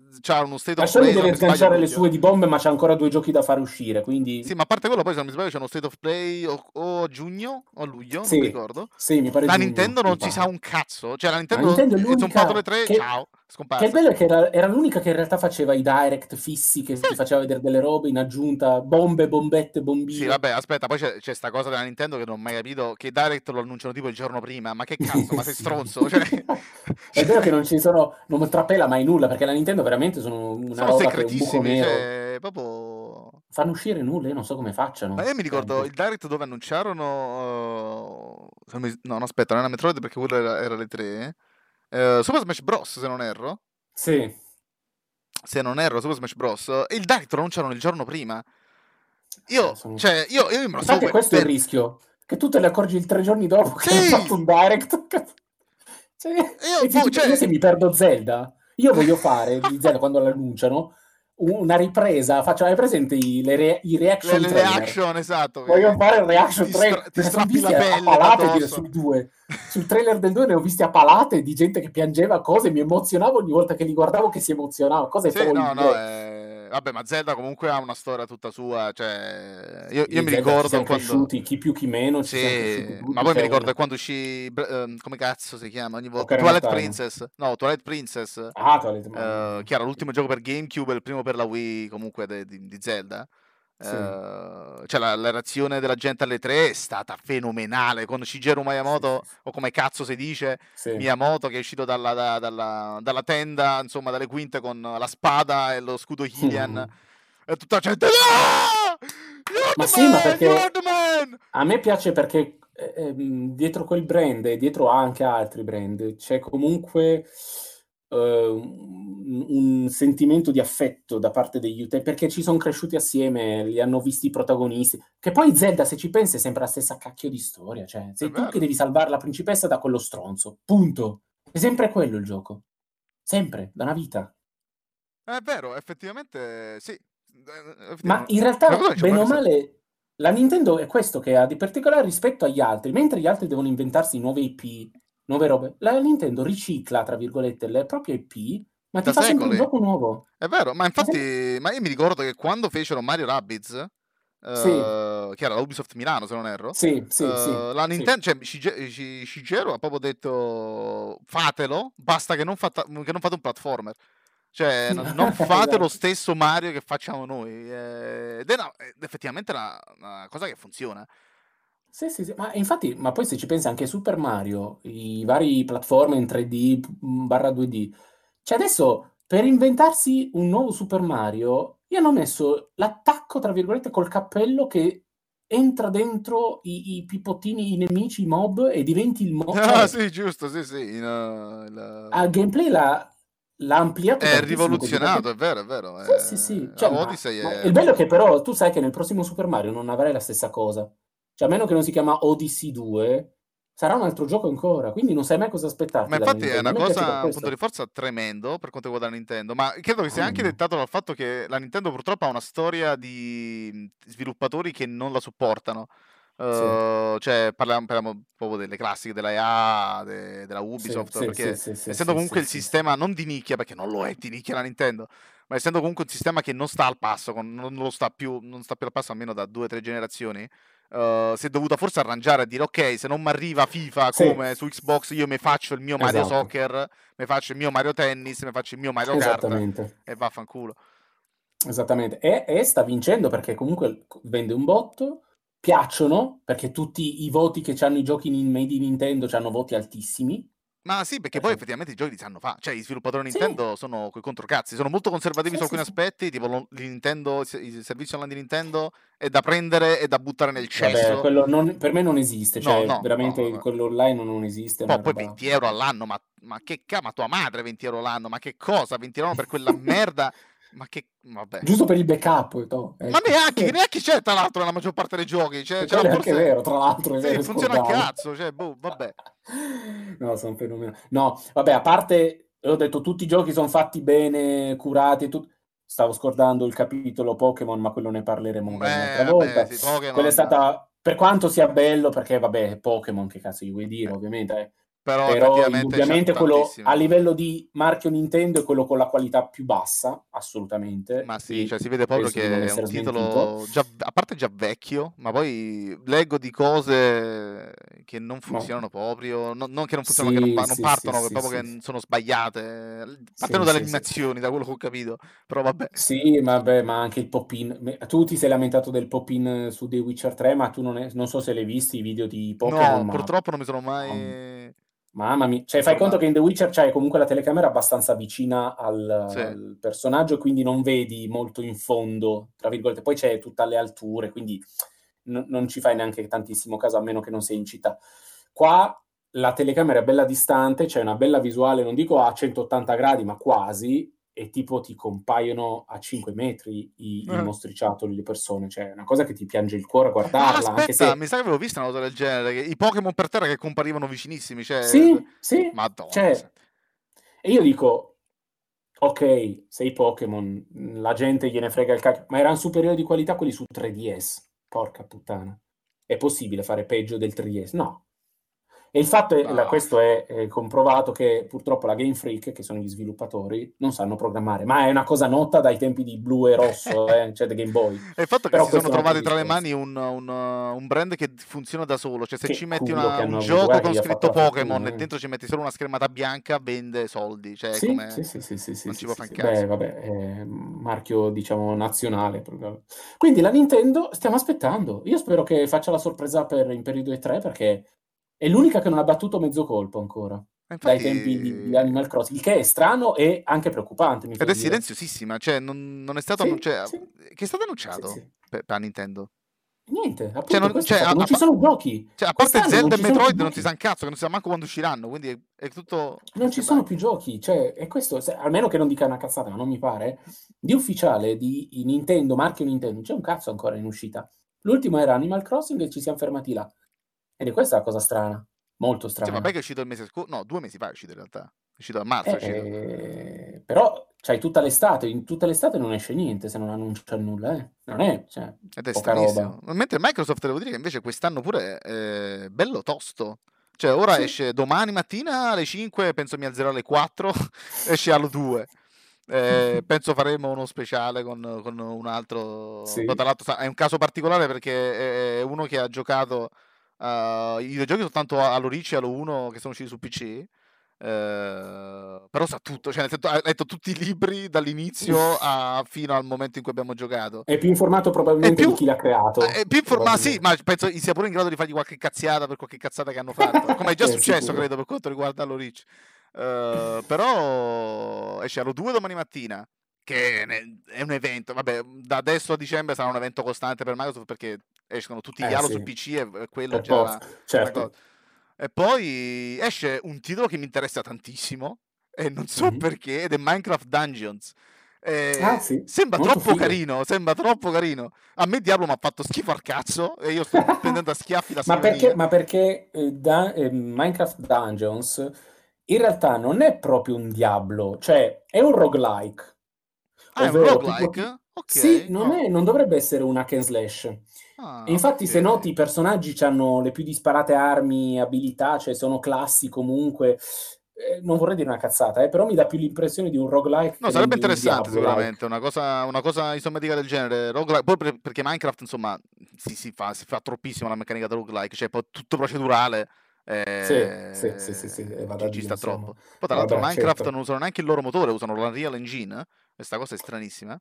c'ha uno State La of Sony Play, se non deve mi sbaglio, a sganciare le luglio. sue di bombe, ma c'ha ancora 2 giochi da fare uscire, Sì, quindi ma a parte quello, poi se non mi sbaglio c'è uno State of Play o a giugno o a luglio, non mi sì, ricordo. sì, mi pare La giugno, Nintendo mi non si sa pare. un cazzo. Cioè, la La Nintendo Nintendo è è zompato le l'unica tre, ciao, che il scomparsa. bello è che era l'unica che in realtà faceva i direct fissi, che Sì. ti faceva vedere delle robe in aggiunta, bombe, bombette, Sì, bombine. vabbè, aspetta, poi c'è sta cosa della Nintendo che non ho mai capito, che i Direct lo annunciano tipo il giorno prima, ma che cazzo, ma sei Sì. stronzo? Cioè, È vero che cioè, non ci sono, non trapela mai nulla, perché la Nintendo veramente sono una sono roba che è un buco segretissimi, nero. cioè, proprio... Fanno uscire nulla, io non so come Ma facciano. io mi Cioè, ricordo il Direct dove annunciarono... no, no, aspetta, non era Metroid perché quello era le tre. Super Smash Bros, se non erro. sì. Se non erro, Super Smash Bros. E il Direct lo annunciarono il giorno prima. Sono... Cioè, io me lo stavo... Infatti questo è il rischio, che tu te ne accorgi il 3 giorni dopo che hanno Sì! fatto un direct. Cioè, Io, e boh, io cioè... se mi perdo Zelda, io voglio fare di Zelda quando l'annunciano una ripresa, hai presente i reaction Le trailer? reaction, esatto, Voglio che fare il reaction trailer, ti me ne sono strappi la visti a pelle da palate addosso. sul 2. Sul trailer del 2 ne ho visti a palate di gente che piangeva cose, mi emozionavo ogni volta che li guardavo che si emozionava, cose Sì, no, no, folli. vabbè, ma Zelda comunque ha una storia tutta sua, cioè, io Sì, mi Zelda ci ricordo siamo quando... cresciuti, chi più chi meno, ci siamo cresciuti Sì, ma tutti, poi mi c'è ricordo un... che quando uscì, come cazzo si chiama ogni volta? Ocarina of Twilight Time. Princess, no, Twilight Princess, Ah, Toilet, mamma mia. che era l'ultimo gioco per GameCube e il primo per la Wii comunque di Zelda. Sì, Cioè la reazione della gente alle tre è stata fenomenale con Shigeru sì, sì, Miyamoto, sì. o come cazzo si dice, Sì. Miyamoto che è uscito dalla tenda, insomma, dalle quinte con la spada e lo scudo Hylian. E tutta la gente, no! You're Ma the sì, ma man! You're perché the man! a me piace perché dietro quel brand e dietro anche altri brand c'è comunque un sentimento di affetto da parte degli utenti, perché ci sono cresciuti assieme, li hanno visti i protagonisti. Che poi Zelda, se ci pensi, è sempre la stessa cacchio di storia. Cioè, È sei tu che vero, devi salvare la principessa da quello stronzo. Punto. È sempre quello il gioco. Sempre, da una vita. è vero, effettivamente sì. Ma Effettivamente, in è una realtà, cosa che ci ho mai bene o pensato. male, la Nintendo è questo che ha di particolare rispetto agli altri. Mentre gli altri devono inventarsi nuove IP, nuove robe, la Nintendo ricicla, tra virgolette, le proprie IP, ma ti Da fa sempre un secoli. gioco nuovo. È vero, ma Ma sempre... infatti, ma io mi ricordo che quando fecero Mario Rabbids, Sì, che era la Ubisoft Milano, se non erro, sì, sì, sì, la sì. Nintendo, cioè Shigeru ha proprio detto fatelo, basta che che non fate un platformer. Cioè, non fate lo Esatto. stesso Mario che facciamo noi. Ed è effettivamente una cosa che funziona. Sì, sì, sì, ma infatti, ma poi se ci pensi anche Super Mario, i vari platform in 3D barra 2D, cioè adesso per inventarsi un nuovo Super Mario, gli hanno messo l'attacco, tra virgolette, col cappello che entra dentro i pipottini, i nemici, i mob e diventi il mob, Ah, cioè sì, giusto, sì, sì. a gameplay l'ha ampliato È tantissimo così, rivoluzionato, perché è vero, è vero. sì, sì, sì, cioè, Odyssey ma è il bello è che allucinante. però tu sai che nel prossimo Super Mario non avrai la stessa cosa. Cioè, a meno che non si chiama Odyssey 2, sarà un altro gioco ancora, quindi non sai mai cosa Ma aspettarti dalla infatti è Nintendo. A una me piace per cosa, un punto di questo. forza tremendo per quanto riguarda la Nintendo, ma credo che sia Mamma anche mia. dettato dal fatto che la Nintendo purtroppo ha una storia di sviluppatori che non la supportano. Sì, Cioè, parliamo proprio delle classiche della EA, della sì, Ubisoft, sì, sì, perché sì, sì, essendo sì, comunque sì, il sì, sì. sistema non di nicchia, perché non lo è di nicchia la Nintendo, ma essendo comunque un sistema che non sta al passo, non lo sta più, non sta più al passo almeno da 2 o 3 generazioni, si è dovuta forse arrangiare a dire ok, se non mi arriva FIFA Sì, come su Xbox, io mi faccio il mio Mario esatto, Soccer, mi faccio il mio Mario Tennis, mi faccio il mio Mario Kart esattamente. e vaffanculo. Esattamente. E sta vincendo perché comunque vende un botto, piacciono, perché tutti i voti che hanno i giochi made in Nintendo hanno voti altissimi. Ma sì, perché poi Perché... effettivamente i giochi li sanno fare. Cioè, i sviluppatori Sì, Nintendo sono coi controcazzi, sono molto conservativi sì, su sì, alcuni sì. aspetti, tipo il servizio online di Nintendo è da prendere e da buttare nel Vabbè, cesso. quello per me non esiste, No, cioè no, no, veramente vabbè. quello online non esiste, è una Poi roba... 20 euro all'anno, ma tua madre 20 euro l'anno, ma che cosa? 20 euro per quella merda? Ma che, vabbè. Giusto per il backup, no? Ma Ecco. neanche c'è tra l'altro nella maggior parte dei giochi, ce l'ha Quello è anche forse... vero, tra l'altro, è Sì, vero, funziona a scordavo. cazzo, cioè, boh, vabbè. No, sono fenomenali. No, vabbè, a parte, ho detto, tutti i giochi sono fatti bene, curati e tutto. Stavo scordando il capitolo Pokémon, ma quello ne parleremo magari un'altra Vabbè, volta. sì, Quella è Pokémon... stata, per quanto sia bello, perché vabbè, Pokémon, che cazzo gli vuoi dire, ovviamente. Però Però effettivamente c'ha indubbiamente quello a tantissime. livello di marchio Nintendo è quello con la qualità più bassa, assolutamente, Ma sì, e cioè si vede proprio penso di non che è un essere smentito. titolo già, a parte già vecchio, ma poi leggo di cose che non Ma funzionano proprio, non che non funzionano, che sì, non sì, sì, partono, che sì, proprio sì, che sono sbagliate, partendo sì, dalle sì, sì. animazioni, da quello che ho capito, però vabbè. Sì, vabbè, ma anche il pop-in. Tu ti sei lamentato del pop-in su The Witcher 3, ma tu non so se l'hai visti i video di No, Pokémon, ma purtroppo non mi sono mam- mai mamma mia. Cioè, fai conto che informato. in The Witcher c'hai comunque la telecamera abbastanza vicina Sì. al personaggio, quindi non vedi molto in fondo, tra virgolette. Poi c'è tutte le alture, quindi non ci fai neanche tantissimo caso, a meno che non sei in città. Qua la telecamera è bella distante, c'è una bella visuale, non dico a 180 gradi, ma quasi, e tipo ti compaiono a 5 metri i mostriciattoli, le persone, cioè è una cosa che ti piange il cuore a Ah, guardarla, anche aspetta, se mi sa che avevo visto una cosa del genere, che i Pokémon per terra che comparivano vicinissimi, cioè... sì, sì, Madonna. cioè, e io dico, ok, sei Pokémon, la gente gliene frega il cacchio, ma erano superiori di qualità quelli su 3DS, porca puttana. È possibile fare peggio del 3DS? No. E il fatto è, No. questo è comprovato, che purtroppo la Game Freak, che sono gli sviluppatori, non sanno programmare, ma è una cosa nota dai tempi di blu e rosso, cioè The Game Boy. E il fatto che Però si sono questo è un altro trovati tra le discorso. mani un brand che funziona da solo, cioè se ci Che metti culo che un hanno avuto, gioco guarda che con gli ha fatto scritto la Pokémon e fortuna. dentro ci metti solo una schermata bianca, vende soldi, cioè Sì, come sì, sì, sì, sì, sì, non ci sì, può sì, fare sì. un Beh, cazzo. vabbè, è marchio, diciamo, nazionale. Quindi la Nintendo stiamo aspettando. Io spero che faccia la sorpresa in periodo E3, perché è l'unica che non ha battuto mezzo colpo ancora, E dai infatti tempi di Animal Crossing, il che è strano e anche preoccupante, mi ed fai è dire. silenziosissima, cioè non è stato Sì, annunciato, sì, che è stato sì, annunciato sì. per Nintendo. Niente, Cioè, appunto, questo è il fatto. Non a, ci sono giochi. cioè, a parte Quest'anno non Zelda e ci sono più Metroid non si sa giochi. un cazzo, che non si sa manco quando usciranno, quindi è tutto in Non ci stand-by. sono più giochi, cioè, e questo, almeno che non dica una cazzata, ma non mi pare, di ufficiale di Nintendo, marchio Nintendo, non c'è un cazzo ancora in uscita. L'ultimo era Animal Crossing e ci siamo fermati là. Ed è questa la cosa strana, molto Cioè, vabbè strana. che è uscito il mese scorso, no, 2 mesi fa è uscito in realtà, è uscito a marzo, è uscito. Però c'hai tutta l'estate, in tutta l'estate non esce niente se non annunciano nulla, eh. Non è, cioè, Ed è poca roba. stranissimo. Mentre Microsoft devo dire che invece quest'anno pure è bello tosto. Cioè, ora Sì. esce domani mattina alle 5, penso mi alzerò alle 4, esce alle 2. Penso faremo uno speciale con un altro. Poi, Sì. tra l'altro è un caso particolare perché è uno che ha giocato i videogiochi soltanto Halo Reach e Halo 1 che sono usciti su PC. Però sa tutto, cioè nel senso, ha letto tutti i libri dall'inizio fino al momento in cui abbiamo giocato. È più informato È probabilmente di più, chi l'ha creato, ma sì, probabilmente. ma penso sia pure in grado di fargli qualche cazziata per qualche cazzata che hanno fatto, come è già successo, Sicuro. credo, per quanto riguarda Halo Reach. Però esce Halo 2 domani mattina, che è un evento. Vabbè, da adesso a dicembre sarà un evento costante per Microsoft perché escono tutti gli Halo su Sì, PC e quello è per già forza, una cosa. certo. E poi esce un titolo che mi interessa tantissimo e non so Mhm. perché, ed è Minecraft Dungeons. Ah, sì, Sembra molto troppo figo. carino, sembra troppo carino. A me Diablo mi ha fatto schifo al cazzo e io sto prendendo a schiaffi la Ma perché, scrivania. Minecraft Dungeons in realtà non è proprio un Diablo, cioè è un roguelike, Ah, è un ovvero roguelike? sì, Ok. Oh. non dovrebbe essere un hack and slash. E Ah, infatti, se noti, ok. i personaggi hanno le più disparate armi, abilità, cioè sono classi comunque. Non vorrei dire una cazzata, però mi dà più l'impressione di un roguelike No, che non sarebbe di un interessante Diablo-like. sicuramente, una cosa isometrica del genere. Roguelike, poi perché Minecraft, insomma, si fa troppissimo la meccanica da roguelike, cioè poi tutto procedurale, Sì, sì, sì, sì, sì, vado a ci dire, sta insomma. troppo. Poi tra l'altro Vabbè, Minecraft certo. non usano neanche il loro motore, usano l'Unreal Engine, e sta cosa è stranissima.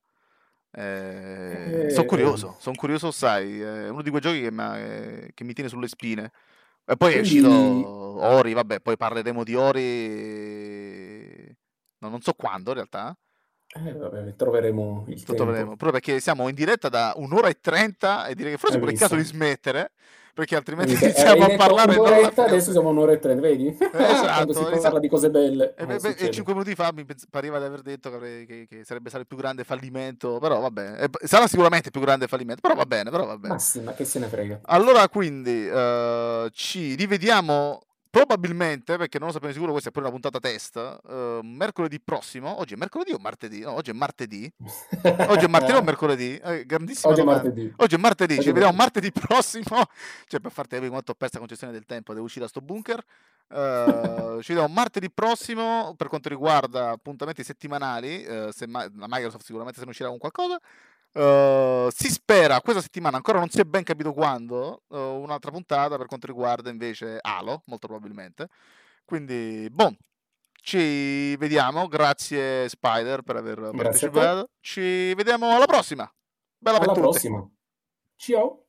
Eh, Sono curioso, sai, è uno di quei giochi che mi tiene sulle spine. E poi è uscito quindi, Ori, vabbè, poi parleremo di Ori, no, non so quando in realtà, vabbè, troveremo il lo troveremo, tempo. proprio perché siamo in diretta da 1 ora e 30 e direi che forse Hai pure è il caso visto? di smettere, perché Hai altrimenti visto? iniziamo Avevi a detto parlare e non la un'oretta, finiamo adesso più. siamo a un'ora e 30, vedi? Quando si Esatto, parla di cose belle, e succede. 5 minuti fa pareva di aver detto che sarebbe stato il più grande fallimento, però va bene, sarà sicuramente il più grande fallimento, però va bene, però va bene. Ma sì, ma che se ne frega. Allora quindi ci rivediamo probabilmente, perché non lo sappiamo di sicuro, questa è pure una puntata test, mercoledì prossimo, oggi è mercoledì o martedì? No, oggi è martedì. Oggi è martedì o mercoledì? Grandissima Oggi è domanda. martedì. Oggi è martedì, Oggi ci è vediamo martedì. martedì prossimo. Cioè, per farti capire quanto ho perso la concessione del tempo, devo uscire da sto bunker. Ci vediamo martedì prossimo per quanto riguarda appuntamenti settimanali. La Microsoft sicuramente se ne uscirà con qualcosa. Si spera questa settimana, ancora non si è ben capito quando, un'altra puntata per quanto riguarda invece Halo, molto probabilmente. Quindi, boh, ci vediamo. Grazie Spider per aver Grazie a te. partecipato. Ci vediamo alla prossima. Bella per Alla tutti. prossima. Ciao.